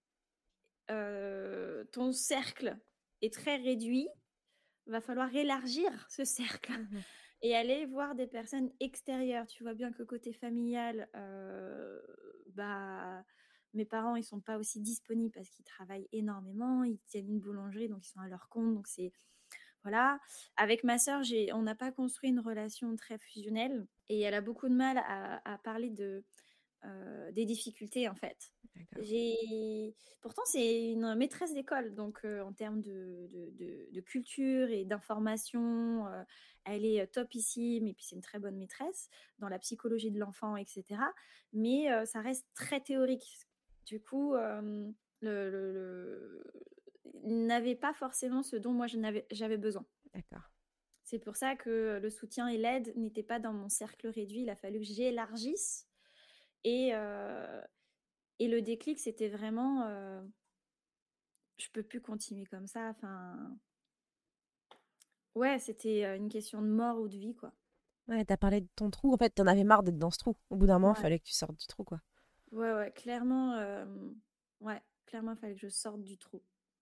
heu, ton cercle est très réduit, va falloir élargir ce cercle Mmh. et aller voir des personnes extérieures. Tu vois bien que côté familial, heu, bah, mes parents, ils sont pas aussi disponibles parce qu'ils travaillent énormément, ils tiennent une boulangerie, donc ils sont à leur compte, donc c'est voilà. Avec ma sœur, j'ai on n'a pas construit une relation très fusionnelle et elle a beaucoup de mal à à parler de, heu, des difficultés, en fait. D'accord. J'ai pourtant c'est une maîtresse d'école, donc heu, en termes de de de de culture et d'information, heu, elle est, heu, topissime et puis c'est une très bonne maîtresse dans la psychologie de l'enfant et cetera. Mais heu, ça reste très théorique. Du coup, hem, le le le il n'avait pas forcément ce dont moi je n'avais j'avais besoin. D'accord. C'est pour ça que le soutien et l'aide n'étaient pas dans mon cercle réduit, il a fallu que j'élargisse et heu et le déclic, c'était vraiment, heu, je peux plus continuer comme ça, enfin, ouais, c'était, heu, une question de mort ou de vie, quoi. Ouais, tu parlé de ton trou. En fait, t'en avais marre d'être dans ce trou. Au bout d'un moment, il Ouais, fallait que tu sortes du trou, quoi. ouais, ouais, clairement, hem, ouais, clairement, il fallait que je sorte du trou.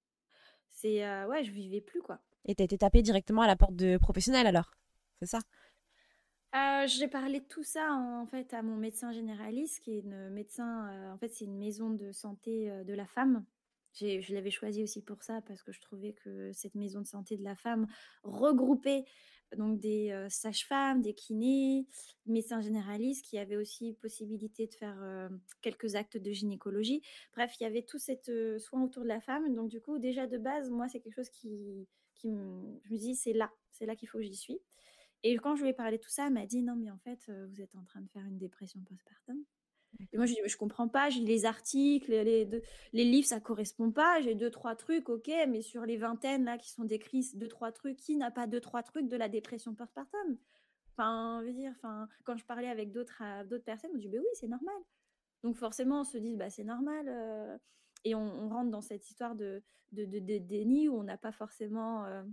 C'est, heu, ouais, je vivais plus, quoi. Et tu été tapée directement à la porte de professionnels alors? C'est ça? Heu, j'ai parlé de tout ça, en fait, à mon médecin généraliste qui est une médecin, heu, en fait, c'est une maison de santé, heu, de la femme. J'ai je l'avais choisie aussi pour ça, parce que je trouvais que cette maison de santé de la femme regroupait donc des, heu, sages-femmes, des kinés, médecins généralistes qui avaient aussi possibilité de faire, heu, quelques actes de gynécologie. Bref, il y avait tout cet, heu, soin autour de la femme, donc du coup, déjà de base, moi, c'est quelque chose qui qui me je me dis: «C'est là, c'est là qu'il faut que j'y suis». Et quand je lui ai parlé de tout ça, elle m'a dit: «Non, mais en fait, heu, vous êtes en train de faire une dépression postpartum». Et moi, D'accord. je lui dis: «Mais je comprends pas, je lis les articles, les de les livres, ça correspond pas. J'ai deux trois trucs, OK, mais sur les vingtaines là qui sont décrits, deux trois trucs, qui n'a pas deux trois trucs de la dépression postpartum?» Enfin, je veux dire, enfin, quand je parlais avec d'autres, heu, d'autres personnes, on me dit: «Beh oui, c'est normal». Donc forcément, on se dit: «Bah, c'est normal», heu et on on rentre dans cette histoire de de de de déni où on n'a pas forcément, heu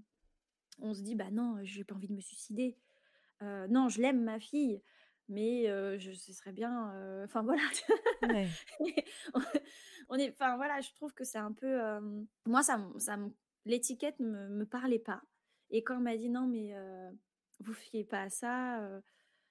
on se dit: «Bah non, j'ai pas envie de me suicider». Heu, non, je l'aime ma fille, mais heu, je ce serait bien, heu, enfin voilà. Ouais. On on est enfin voilà, je trouve que c'est un peu, hem, moi ça me ça me l'étiquette me me parlait pas et quand elle m'a dit: «Non mais heu, vous fiez pas à ça, heu,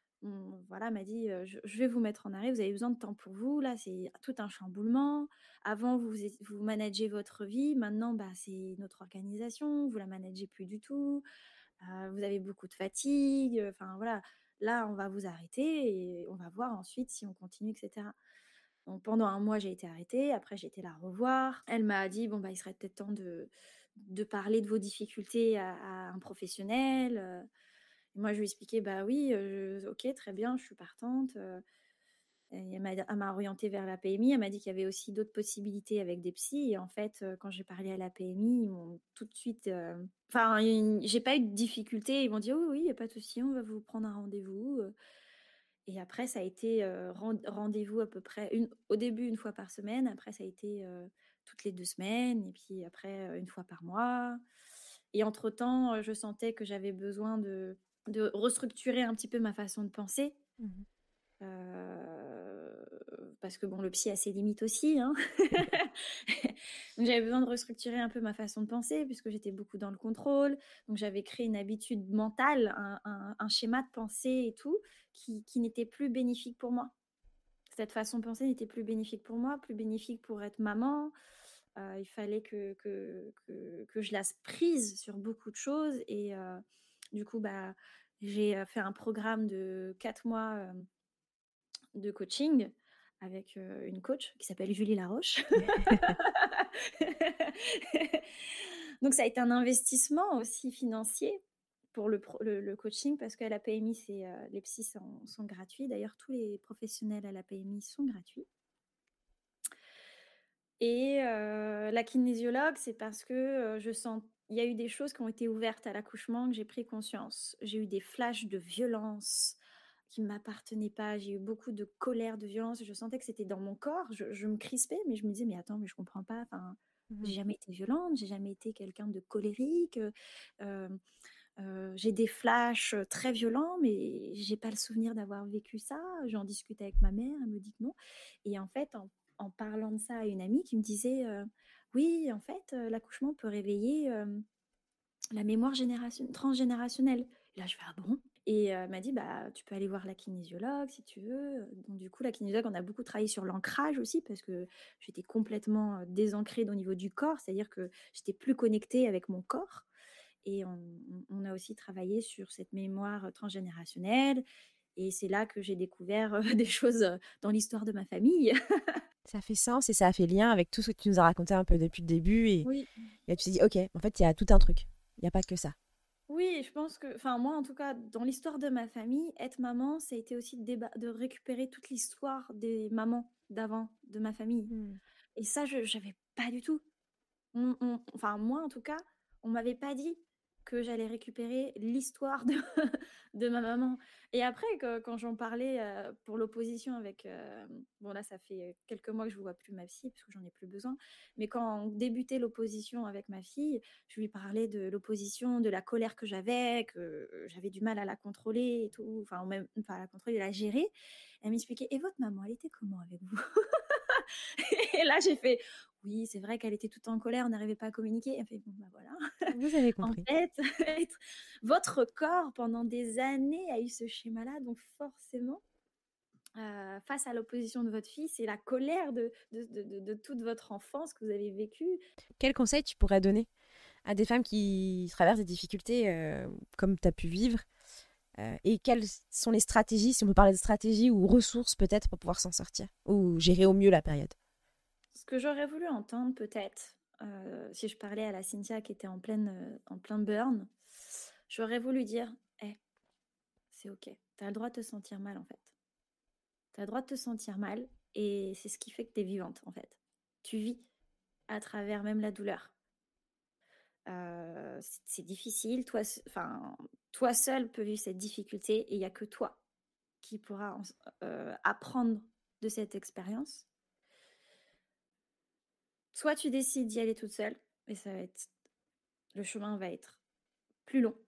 on» voilà, elle m'a dit, heu: «Je je vais vous mettre en arrêt, vous avez besoin de temps pour vous, là, c'est tout un chamboulement. Avant vous ét vous managez votre vie, maintenant, bah, c'est notre organisation, vous la managez plus du tout». Heu, vous avez beaucoup de fatigue, enfin voilà. Là, on va vous arrêter et on va voir ensuite si on continue et cetera. Donc pendant un mois, j'ai été arrêtée. Après, j'ai été la revoir. Elle m'a dit: «Bon, bah, il serait peut-être temps de de parler de vos difficultés à à un professionnel», heu, et moi, je lui ai expliqué: «Bah oui, heu, OK, très bien, je suis partante», heu et elle m'a elle m'a orientée vers la P M I. Elle m'a dit qu'il y avait aussi d'autres possibilités avec des psys et en fait, heu, quand j'ai parlé à la P M I, ils m'ont tout de suite, heu enfin, ils j'ai pas eu de difficulté. Ils m'ont dit: «Oui, oui, il y a pas de souci, on va vous prendre un rendez-vous», heu et après ça a été, heu, ren rendez-vous à peu près une au début une fois par semaine, après ça a été, heu, toutes les deux semaines et puis après, heu, une fois par mois et entre temps, heu, je sentais que j'avais besoin de de restructurer un petit peu ma façon de penser. Mmh. Heu, parce que bon, le psy a ses limites aussi, hein. Donc j'avais besoin de restructurer un peu ma façon de penser puisque j'étais beaucoup dans le contrôle. Donc j'avais créé une habitude mentale, un un un schéma de pensée et tout qui qui n'était plus bénéfique pour moi. Cette façon de penser n'était plus bénéfique pour moi, plus bénéfique pour être maman. Heu, il fallait que que que que je lâche prise sur beaucoup de choses et heu, du coup, bah, j'ai, heu, fait un programme de quatre mois, hem, de coaching avec, heu, une coach qui s'appelle Julie Laroche. Donc ça a été un investissement aussi financier pour le pro le le coaching parce qu'à la P M I, c'est, heu, les psys sont sont gratuits. D'ailleurs, tous les professionnels à la P M I sont gratuits. Et heu, la kinésiologue, c'est parce que, heu, je sens il y a eu des choses qui ont été ouvertes à l'accouchement que j'ai pris conscience. J'ai eu des flashs de violence qui ne m'appartenaient pas. J'ai eu beaucoup de colère, de violence. Je sentais que c'était dans mon corps. Je je me crispais, mais je me disais: «Mais attends, mais je comprends pas, enfin, j'ai Mmh. jamais été violente, j'ai jamais été quelqu'un de colérique, heu, hem, heu, j'ai des flashs, heu, très violents, mais j'ai pas le souvenir d'avoir vécu ça». J'en discutais avec ma mère, elle me dit que non et en fait, en en parlant de ça à une amie qui me disait, heu: «Oui, en fait, heu, l'accouchement peut réveiller, hem, la mémoire génération transgénérationnelle». Et là, je fais: «Ah bon?» Et heu, elle m'a dit: «Bah, tu peux aller voir la kinésiologue si tu veux». Donc du coup, la kinésiologue, on a beaucoup travaillé sur l'ancrage aussi parce que j'étais complètement, heu, désancrée au niveau du corps, c'est-à-dire que j'étais plus connectée avec mon corps et on on on a aussi travaillé sur cette mémoire, transgénérationnelle et c'est là que j'ai découvert, heu, des choses, heu, dans l'histoire de ma famille. Ça fait sens et ça a fait lien avec tout ce que tu nous as raconté un peu depuis le début. Et, Oui. et tu t'es dit, ok, en fait, il y a tout un truc. Il n'y a pas que ça. Oui, je pense que, enfin moi en tout cas, dans l'histoire de ma famille, être maman, ça a été aussi de, déba- de récupérer toute l'histoire des mamans d'avant, de ma famille. Hmm. Et ça, je n'avais pas du tout. On- on- enfin moi en tout cas, on m'avait pas dit que j'allais récupérer l'histoire de, de ma maman. Et après, que- quand j'en parlais euh, pour l'opposition avec... euh, bon là, ça fait quelques mois que je ne vois plus ma fille, parce que j'en ai plus besoin. Mais quand on débutait l'opposition avec ma fille, je lui parlais de l'opposition, de la colère que j'avais, que euh, j'avais du mal à la contrôler et tout. Enfin, même pas à la contrôler, à la gérer. Elle m'expliquait, et votre maman, elle était comment avec vous? Et là, j'ai fait, oui, c'est vrai qu'elle était toute en colère, on n'arrivait pas à communiquer. Elle fait, bon, bah voilà. Vous avez En compris. fait, être- votre corps, pendant des années, a eu ce schéma-là. Donc, forcément, euh, face à l'opposition de votre fille, c'est la colère de, de, de, de- de toute votre enfance que vous avez vécue. Quel conseil tu pourrais donner à des femmes qui traversent des difficultés euh, comme tu as pu vivre euh, et quelles sont les stratégies, si on peut parler de stratégies ou ressources peut-être pour pouvoir s'en sortir ou gérer au mieux la période? Ce que j'aurais voulu entendre, peut-être, euh, si je parlais à la Cynthia qui était en, pleine, euh, en plein burn, j'aurais voulu dire, hé, c'est ok, tu as le droit de te sentir mal en fait. Tu as le droit de te sentir mal et c'est ce qui fait que tu es vivante en fait. Tu vis à travers même la douleur. Euh, c'est, c'est difficile, toi, enfin, toi seul peux vivre cette difficulté et il n'y a que toi qui pourra en- euh, apprendre de cette expérience. Soit tu décides d'y aller toute seule et ça va être, le chemin va être plus long.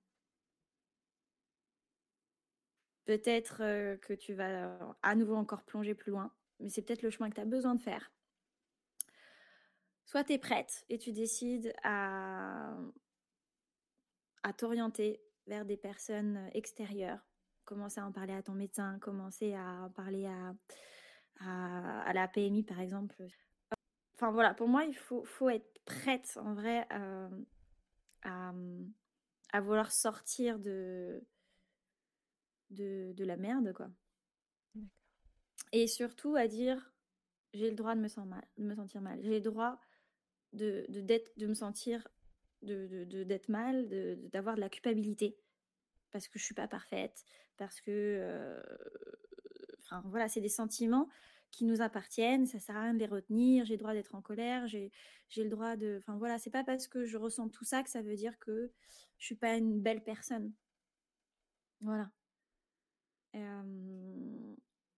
Peut-être euh, que tu vas euh, à nouveau encore plonger plus loin, mais c'est peut-être le chemin que tu as besoin de faire. Soit tu es prête et tu décides à, à t'orienter vers des personnes extérieures, commencer à en parler à ton médecin, commencer à en parler à, à, à la P M I par exemple. Enfin voilà, pour moi, il faut, faut être prête en vrai euh, à, à vouloir sortir de, de, de la merde, quoi. Et surtout à dire, j'ai le droit de me, sens mal, de me sentir mal. J'ai le droit de, de, d'être, de me sentir, de, de, de, d'être mal, de, d'avoir de la culpabilité. Parce que je suis pas parfaite, parce que... Euh, enfin, voilà, c'est des sentiments qui nous appartiennent, ça sert à rien de les retenir, j'ai le droit d'être en colère, j'ai, j'ai le droit de... Enfin, voilà, c'est pas parce que je ressens tout ça que ça veut dire que je suis pas une belle personne. Voilà. Euh,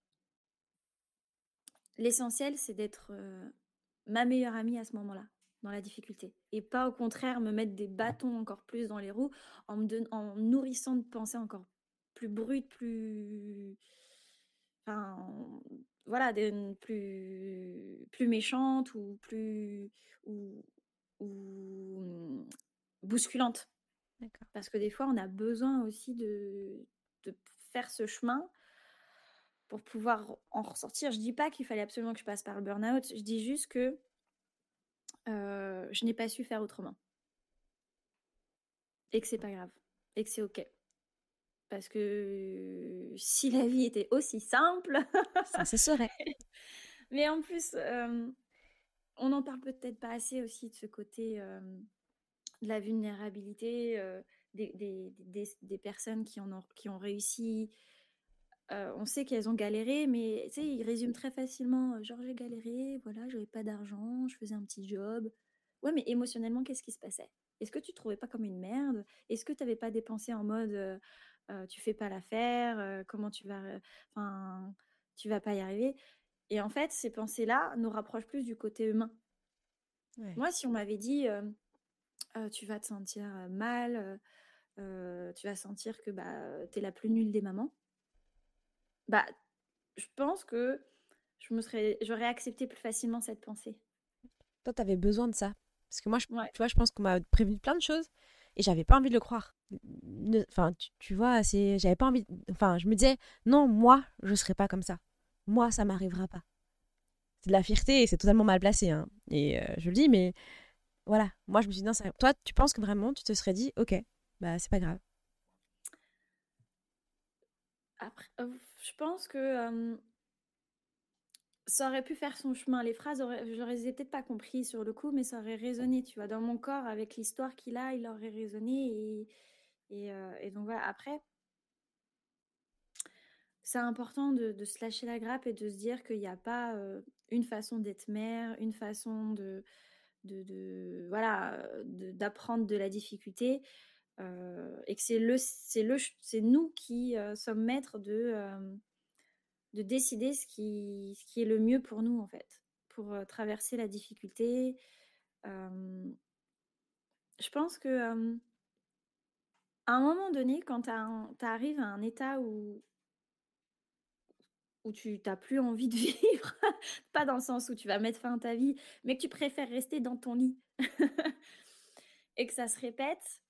L'essentiel, c'est d'être euh, ma meilleure amie à ce moment-là, dans la difficulté. Et pas au contraire me mettre des bâtons encore plus dans les roues en me, don- en me nourrissant de pensées encore plus brutes, plus... enfin, voilà, des mmh, plus plus méchante ou plus ou ou mmh, bousculante. D'accord. Parce que des fois, on a besoin aussi de de faire ce chemin pour pouvoir en ressortir. Je dis pas qu'il fallait absolument que je passe par le burn-out, je dis juste que, heu, je n'ai pas su faire autrement et que c'est pas grave et que c'est OK. Parce que si la vie était aussi simple Ça se saurait. mais en plus, hem, on n'en parle peut-être pas assez aussi de ce côté, hem, de la vulnérabilité, heu, des des des des personnes qui en ont qui ont réussi. Heu, on sait qu'elles ont galéré, mais tu sais, ils résument très facilement, heu, genre: «J'ai galéré, voilà, j'avais pas d'argent, je faisais un petit job». Ouais, mais émotionnellement, qu'est-ce qui se passait? Est-ce que tu te trouvais pas comme une merde? Est-ce que tu avais pas des pensées en mode, heu heu: «Tu fais pas l'affaire, heu, comment tu vas re enfin, tu vas pas y arriver?» Et en fait, ces pensées-là nous rapprochent plus du côté humain. Ouais. Moi, si on m'avait dit, hem: «Heu, tu vas te sentir, heu, mal, heu heu, tu vas sentir que, bah, tu es la plus nulle des mamans», bah, je pense que je me serais j'aurais accepté plus facilement cette pensée. Toi, t'avais besoin de ça. Parce que moi, je, Ouais. tu vois, je pense qu'on m'a prévenu de plein de choses et j'avais pas envie de le croire. Ne- Enfin, tu, tu vois, c'est, j'avais pas envie. Enfin, je me disais, non, moi, je serai pas comme ça. Moi, ça m'arrivera pas. C'est de la fierté et c'est totalement mal placé, hein. Et euh, je le dis, mais voilà. Moi, je me suis dit, non, ça... toi, tu penses que vraiment, tu te serais dit, ok, bah, c'est pas grave. Après, heu, je pense que, hem, ça aurait pu faire son chemin. Les phrases auraient je les ai peut-être pas compris sur le coup, mais ça aurait résonné, tu vois? Dans mon corps, avec l'histoire qu'il a, il aurait résonné et et heu et donc voilà. Après, c'est important de de se lâcher la grappe et de se dire qu'il y a pas, heu, une façon d'être mère, une façon de de de voilà, heu, de d'apprendre de la difficulté. Heu et que c'est le c'est le ch c'est nous qui, heu, sommes maîtres de, hem, de décider ce qui ce qui est le mieux pour nous, en fait, pour, heu, traverser la difficulté. Hem, je pense que, hem, à un moment donné, quand tu arrives à un état où où tu tu plus envie de vivre, pas dans le sens où tu vas mettre fin à ta vie, mais que tu préfères rester dans ton lit et que ça se répète.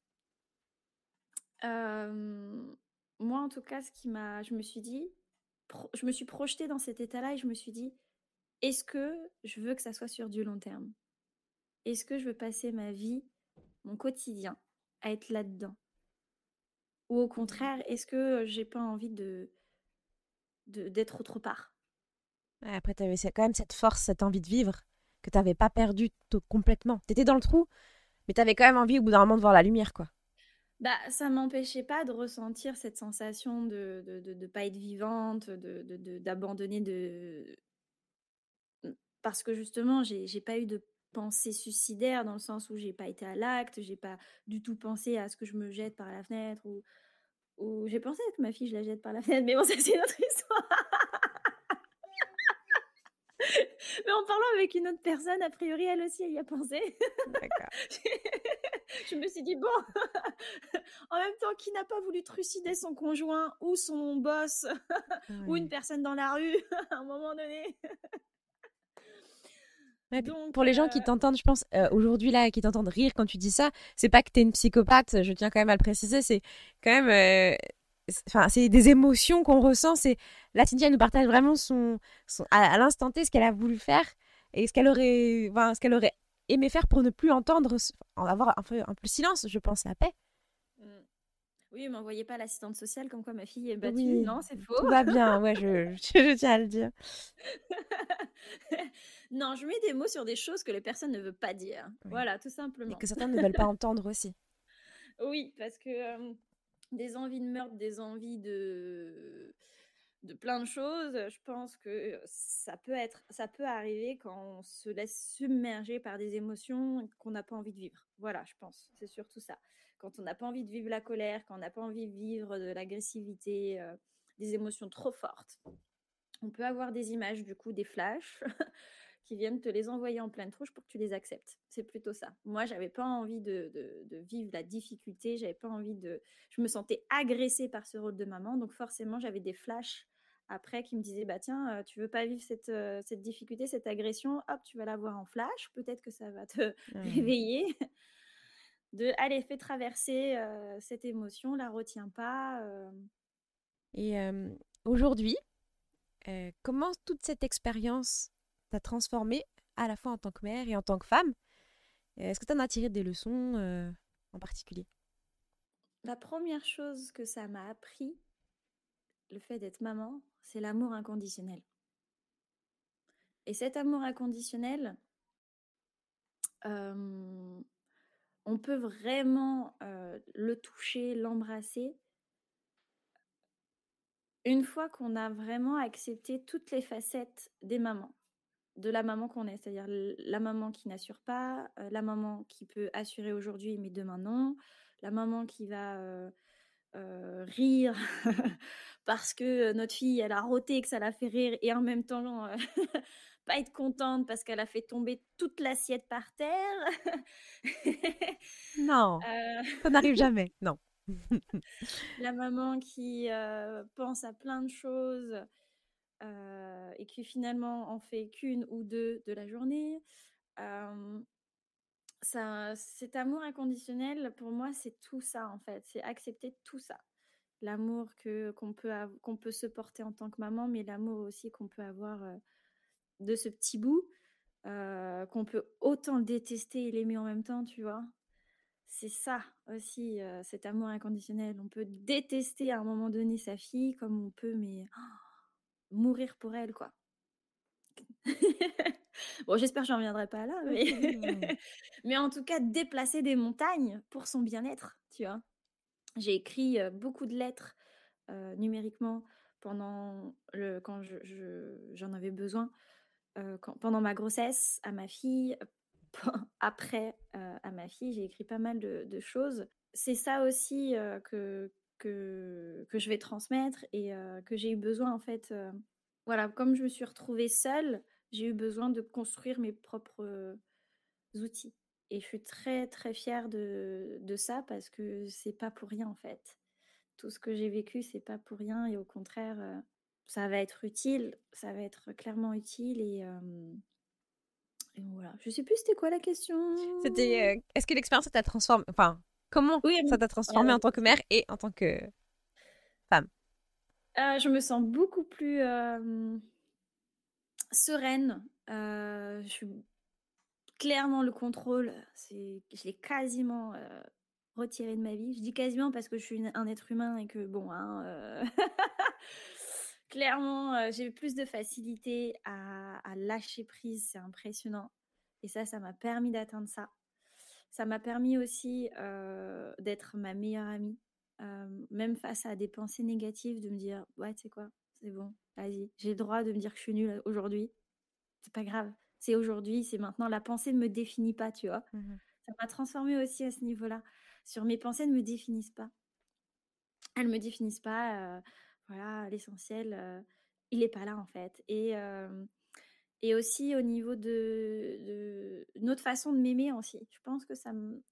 Hem, moi, en tout cas, ce qui m'a je me suis dit pro je me suis projetée dans cet état-là et je me suis dit: «Est-ce que je veux que ça soit sur du long terme? Est-ce que je veux passer ma vie, mon quotidien, à être là-dedans? Ou au contraire, est-ce que, j'ai pas envie de de d'être autre part?» Ouais, après, tu avais quand même cette force, cette envie de vivre que tu n'avais pas perdu complètement. Tu étais dans le trou, mais tu avais quand même envie au bout d'un moment de voir la lumière, quoi. Bah, ça m'empêchait pas de ressentir cette sensation de de de de pas être vivante, de de de d'abandonner de mmh, parce que justement, j'ai j'ai pas eu de pensée suicidaire dans le sens où j'ai pas été à l'acte, j'ai pas du tout pensé à ce que je me jette par la fenêtre ou ou j'ai pensé que ma fille, je la jette par la fenêtre, mais bon, ça, c'est une autre histoire. Mais en parlant avec une autre personne, a priori, elle aussi, elle y a pensé. D'accord. Je me suis dit: «Bon, en même temps, qui n'a pas voulu trucider son conjoint ou son boss ou une Ouais. personne dans la rue à un moment donné?» Ouais, puis Donc pour les gens qui heu, t'entendent, je pense, euh, aujourd'hui là, qui t'entendent rire quand tu dis ça, c'est pas que t'es une psychopathe, je tiens quand même à le préciser, c'est quand même, euh, c'est- enfin, c'est des émotions qu'on ressent. C'est là, Cynthia nous partage vraiment son, son à, à l'instant T ce qu'elle a voulu faire et ce qu'elle aurait, enfin, ce qu'elle aurait aimé faire pour ne plus entendre, ce- en avoir un peu, un peu le silence, je pense, la paix. mmh, oui, m'envoyez pas l'assistante sociale comme quoi ma fille est battue. Oui, Non, c'est faux. tout va bien. Ouais, je, je, je tiens à le dire. Non, je mets des mots sur des choses que les personnes ne veulent pas dire. Ouais. Voilà, tout Et simplement. que certains ne veulent pas entendre aussi. Oui, parce que, hem, des envies de meurtre, des envies de de plein de choses, je pense que ça peut être ça peut arriver quand on se laisse submerger par des émotions qu'on n'a pas envie de vivre. Voilà, je pense, c'est surtout ça. Quand on n'a pas envie de vivre la colère, quand on n'a pas envie de vivre de l'agressivité, heu, des émotions trop fortes. On peut avoir des images, du coup, des flashs qui viennent te les envoyer en pleine tronche pour que tu les acceptes. C'est plutôt ça. Moi, j'avais pas envie de, de, de vivre la difficulté, j'avais pas envie de. Je me sentais agressée par ce rôle de maman, donc forcément, j'avais des flashs après qui me disait: «Bah tiens, heu, tu veux pas vivre cette, heu, cette difficulté, cette agression? Hop, tu vas la voir en flash, peut-être que ça va te Mmh. réveiller. De allez, fais traverser, heu, cette émotion, la retiens pas, hem». Et hem, aujourd'hui, heu, comment toute cette expérience t'a transformée à la fois en tant que mère et en tant que femme? Est-ce que tu en as tiré des leçons, heu, en particulier? La première chose que ça m'a appris, le fait d'être maman, c'est l'amour inconditionnel. Et cet amour inconditionnel, hem, on peut vraiment, heu, le toucher, l'embrasser une fois qu'on a vraiment accepté toutes les facettes des mamans. De la maman qu'on est, c'est-à-dire l la maman qui n'assure pas, heu, la maman qui peut assurer aujourd'hui mais demain non, la maman qui va, heu heu, rire parce que, heu, notre fille elle a roté et que ça la fait rire et en même temps, heu, pas être contente parce qu'elle a fait tomber toute l'assiette par terre. Non, Heu, ça n'arrive jamais, non. la maman qui, heu, pense à plein de choses, heu et qui finalement en fait qu'une ou deux de la journée. Hem, ça cet amour inconditionnel pour moi, c'est tout ça en fait, c'est accepter tout ça. L'amour que qu'on peut av qu'on peut se porter en tant que maman, mais l'amour aussi qu'on peut avoir, heu, de ce petit bout, heu, qu'on peut autant le détester et l'aimer en même temps, tu vois? C'est ça aussi, heu, cet amour inconditionnel. On peut détester à un moment donné sa fille comme on peut mais mourir pour elle, quoi. Bon, j'espère que j'en reviendrai pas là, mais mais en tout cas, déplacer des montagnes pour son bien-être, tu vois? J'ai écrit, heu, beaucoup de lettres, heu, numériquement pendant le quand je je j'en avais besoin, heu, quand pendant ma grossesse, à ma fille, pen après, heu, à ma fille, j'ai écrit pas mal de de choses. C'est ça aussi, heu, que que que je vais transmettre et heu, que j'ai eu besoin en fait, heu, voilà, comme je me suis retrouvée seule, j'ai eu besoin de construire mes propres, heu, outils et je suis très, très fière de de ça parce que c'est pas pour rien en fait. Tout ce que j'ai vécu, c'est pas pour rien et au contraire, heu, ça va être utile, ça va être clairement utile et hem et voilà. Je sais plus c'était quoi la question? C'était, heu, est-ce que l'expérience ça t'a transformée enfin, comment Oui, ça oui, t'a il y en transformée en avait tant que plusieurs. mère et en tant que femme? Heu, je me sens beaucoup plus, hem, sereine, heu, je suis clairement le contrôle, c'est je l'ai quasiment, heu, retiré de ma vie. Je dis quasiment parce que je suis une un être humain et que bon, hein, heu, clairement, heu, j'ai plus de facilité à à lâcher prise, c'est impressionnant et ça, ça m'a permis d'atteindre ça. Ça m'a permis aussi, heu, d'être ma meilleure amie, hem, même face à des pensées négatives, de me dire: «Ouais, tu sais quoi? C'est bon, vas-y, j'ai le droit de me dire que je suis nulle aujourd'hui. C'est pas grave, c'est aujourd'hui, c'est maintenant. La pensée ne me définit pas», tu vois? Mmh. Ça m'a transformée aussi à ce niveau-là. Sur mes pensées ne me définissent pas. Elles me définissent pas, heu, voilà, l'essentiel, heu, il est pas là, en fait et hem et aussi au niveau de de notre façon de m'aimer aussi. Je pense que ça me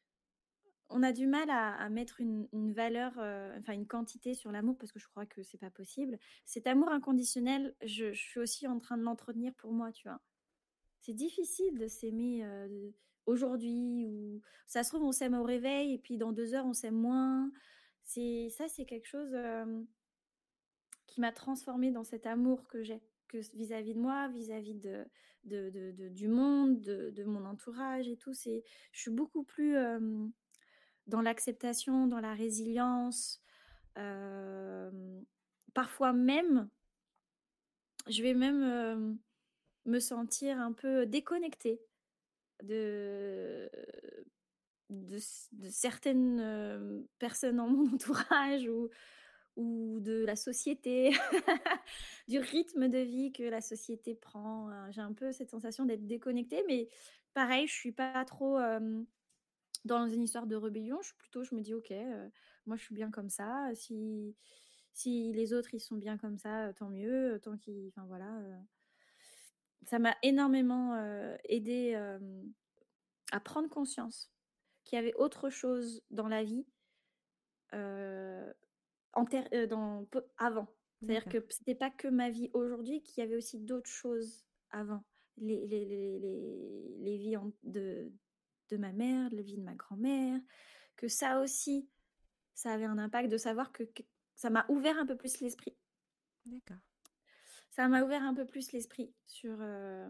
on a du mal à à mettre une une valeur, heu, enfin une quantité sur l'amour parce que je crois que c'est pas possible. Cet amour inconditionnel, je je suis aussi en train de l'entretenir pour moi, tu vois? C'est difficile de s'aimer, heu, aujourd'hui ou ça se trouve, on s'aime au réveil et puis dans deux heures, on s'aime moins. C'est ça, c'est quelque chose, hem, qui m'a transformée dans cet amour que j'ai, que s vis-à-vis de moi, vis-à-vis de de de de du monde, de de mon entourage et tout. C'est je suis beaucoup plus, hem, dans l'acceptation, dans la résilience, hem, parfois même, je vais même, hem, me sentir un peu déconnectée de de c de certaines, heu, personnes dans mon entourage ou ou de la société, du rythme de vie que la société prend, heu, j'ai un peu cette sensation d'être déconnectée, mais pareil, je suis pas trop, hem, dans une histoire de rébellion. Je suis plutôt je me dis: «OK, heu, moi je suis bien comme ça, si si les autres ils sont bien comme ça, heu, tant mieux, heu, tant qu'ils» enfin voilà, heu, ça m'a énormément, heu, aidée, hem, à prendre conscience qu'il y avait autre chose dans la vie, heu, en ter heu, dans peu avant. C'est-à-dire D'accord. que c'était pas que ma vie aujourd'hui, qu'il y avait aussi d'autres choses avant. Les, les, les, les, les vies en- de, de ma mère, les vies de ma grand-mère, que ça aussi, ça avait un impact de savoir que, que ça m'a ouvert un peu plus l'esprit. D'accord. Ça m'a ouvert un peu plus l'esprit sur euh,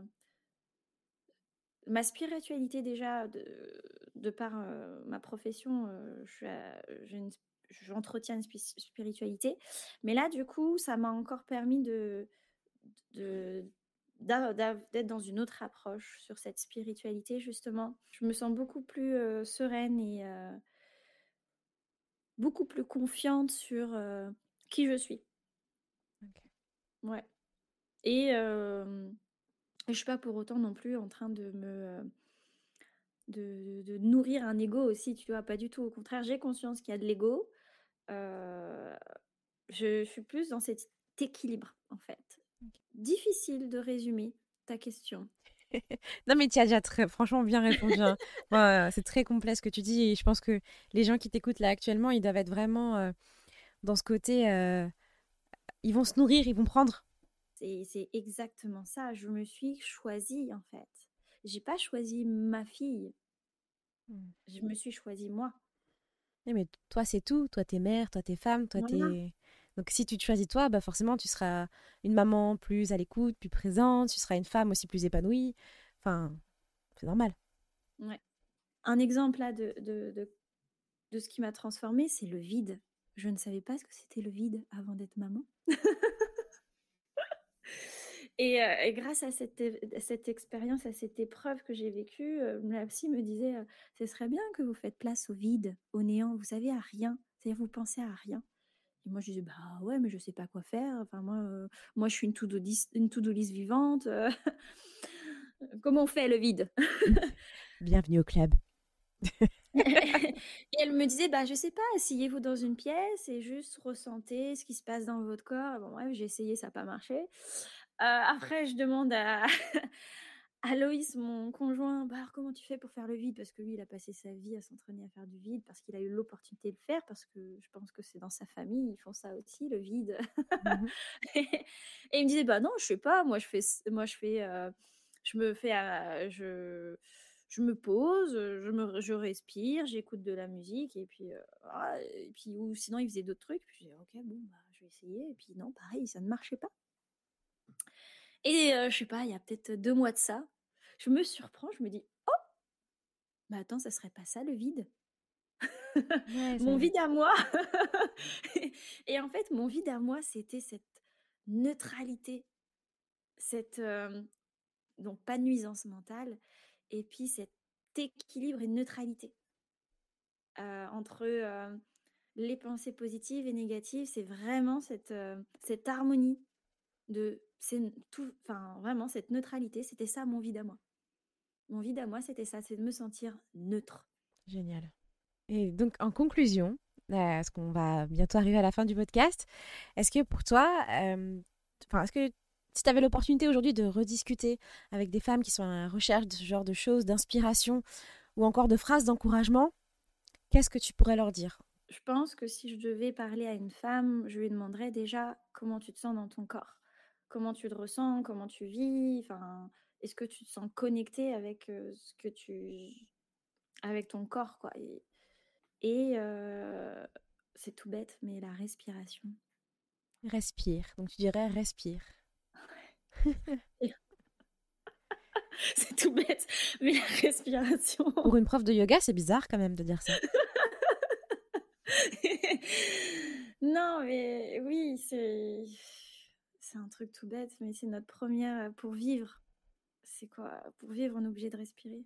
ma spiritualité déjà, de, de par euh, ma profession, euh, je suis à- j'ai une- j'entretiens une spi- spiritualité. Mais là, du coup, ça m'a encore permis de, de, d'a- d'a- d'être dans une autre approche sur cette spiritualité, justement. Je me sens beaucoup plus euh, sereine et euh, beaucoup plus confiante sur euh, qui je suis. Ok. Ouais. Et euh, je suis pas pour autant non plus en train de me... euh, de, de nourrir un ego aussi, tu vois, pas du tout. Au contraire, j'ai conscience qu'il y a de l'ego. Euh, je, je suis plus dans cet équilibre, en fait. Difficile de résumer ta question. Non, mais tu as déjà très, franchement bien répondu, hein. Moi, euh, c'est très complet ce que tu dis et je pense que les gens qui t'écoutent là actuellement, ils doivent être vraiment euh, dans ce côté, euh, ils vont se nourrir, ils vont prendre. C'est, c'est exactement ça. Je me suis choisie, en fait. J'ai pas choisi ma fille. Mm. Je me suis choisie moi. Oui, mais toi, c'est tout. Toi, t'es mère, toi, t'es femme, toi, Voilà. t'es... Donc, si tu te choisis toi, bah forcément, tu seras une maman plus à l'écoute, plus présente, tu seras une femme aussi plus épanouie. Enfin, c'est normal. Ouais. Un exemple là de, de, de, de ce qui m'a transformée, c'est le vide. Je ne savais pas ce que c'était le vide avant d'être maman. Et, euh, et grâce à cette, à cette expérience, à cette épreuve que j'ai vécue, euh, la psy me disait euh, ce serait bien que vous faites place au vide, au néant, vous savez, à rien. C'est-à-dire, vous pensez à rien. Et moi, je disais bah ouais, mais je sais pas quoi faire. Enfin, moi, euh, moi je suis une to-do list, une to-do list vivante. euh, Comment on fait le vide? Bienvenue au club. Et elle me disait bah je sais pas, asseyez-vous dans une pièce et juste ressentez ce qui se passe dans votre corps. Bon, bref, j'ai essayé, ça n'a pas marché. Euh, après, je demande à, à Loïs, mon conjoint, bah alors comment tu fais pour faire le vide? Parce que lui, il a passé sa vie à s'entraîner à faire du vide, parce qu'il a eu l'opportunité de le faire, parce que je pense que c'est dans sa famille, ils font ça aussi, le vide. Mhm. et, et il me disait, bah non, je sais pas, moi je fais, moi je fais, euh, je me fais, euh, je, je me pose, je me, je respire, j'écoute de la musique, et puis, euh, voilà, et puis ou sinon il faisait d'autres trucs. Puis je disais, ok, bon, bah, je vais essayer, et puis non, pareil, ça ne marchait pas. Et euh, je sais pas, il y a peut-être deux mois de ça, je me surprends, je me dis, oh, mais attends, ça serait pas ça le vide? Ouais, ça... Mon vide à moi. Et en fait, mon vide à moi, c'était cette neutralité, cette euh, donc pas de nuisance mentale, et puis cet équilibre et neutralité euh, entre euh, les pensées positives et négatives. C'est vraiment cette, euh, cette harmonie de c'est tout, enfin vraiment cette neutralité. C'était ça mon vide à moi. Mon vide à moi, c'était ça, c'est de me sentir neutre. Génial. Et donc, en conclusion, euh, parce qu'on va bientôt arriver à la fin du podcast, est-ce que pour toi, euh, enfin, est-ce que si tu avais l'opportunité aujourd'hui de rediscuter avec des femmes qui sont à la recherche de ce genre de choses, d'inspiration ou encore de phrases d'encouragement, qu'est-ce que tu pourrais leur dire? Je pense que si je devais parler à une femme, je lui demanderais déjà comment tu te sens dans ton corps, comment tu le ressens, comment tu vis, enfin, est-ce que tu te sens connecté avec euh, ce que tu, avec ton corps, quoi. Et, et, euh, c'est tout bête, mais la respiration. Respire. Donc, tu dirais respire. C'est tout bête, mais la respiration. Pour une prof de yoga, c'est bizarre quand même de dire ça. Non, mais oui, c'est c'est un truc tout bête, mais c'est notre première pour vivre. C'est quoi? Pour vivre, on est obligé de respirer.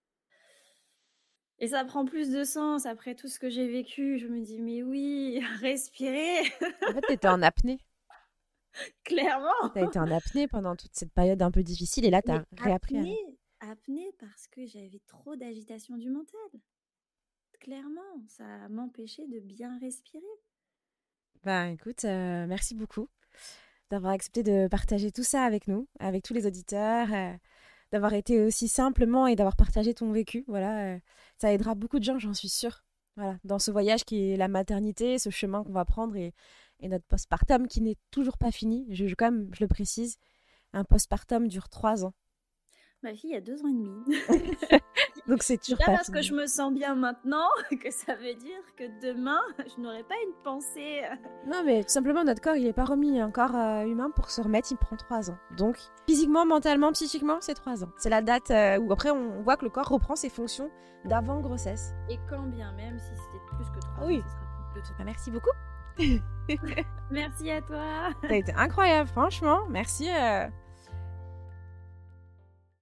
Et ça prend plus de sens après tout ce que j'ai vécu. Je me dis, mais oui, respirer, En fait, tu étais en apnée. clairement. Tu as été en apnée pendant toute cette période un peu difficile et là, tu Mais as réappris à... apnée, apnée parce que j'avais trop d'agitation du mental. Clairement, ça m'empêchait de bien respirer. Bah écoute, euh, merci beaucoup d'avoir accepté de partager tout ça avec nous, avec tous les auditeurs, euh, d'avoir été aussi simplement et d'avoir partagé ton vécu. Voilà, euh, ça aidera beaucoup de gens, j'en suis sûre. Voilà, dans ce voyage qui est la maternité, ce chemin qu'on va prendre et, et notre postpartum qui n'est toujours pas fini. Je, je, quand même, je le précise, un postpartum dure trois ans. Ma fille a deux ans et demi. Donc c'est toujours pas, pas parce fini. que je me sens bien maintenant que ça veut dire que demain, je n'aurai pas une pensée. Non, mais tout simplement, notre corps, il n'est pas remis encore euh, humain pour se remettre, il prend trois ans. Donc, physiquement, mentalement, psychiquement, c'est trois ans. C'est la date euh, où après, on voit que le corps reprend ses fonctions d'avant grossesse. Et quand bien même, si c'était plus que trois oui. ans, ce sera plus que bah, merci beaucoup. Merci à toi. Ça a été incroyable, franchement. Merci. Euh...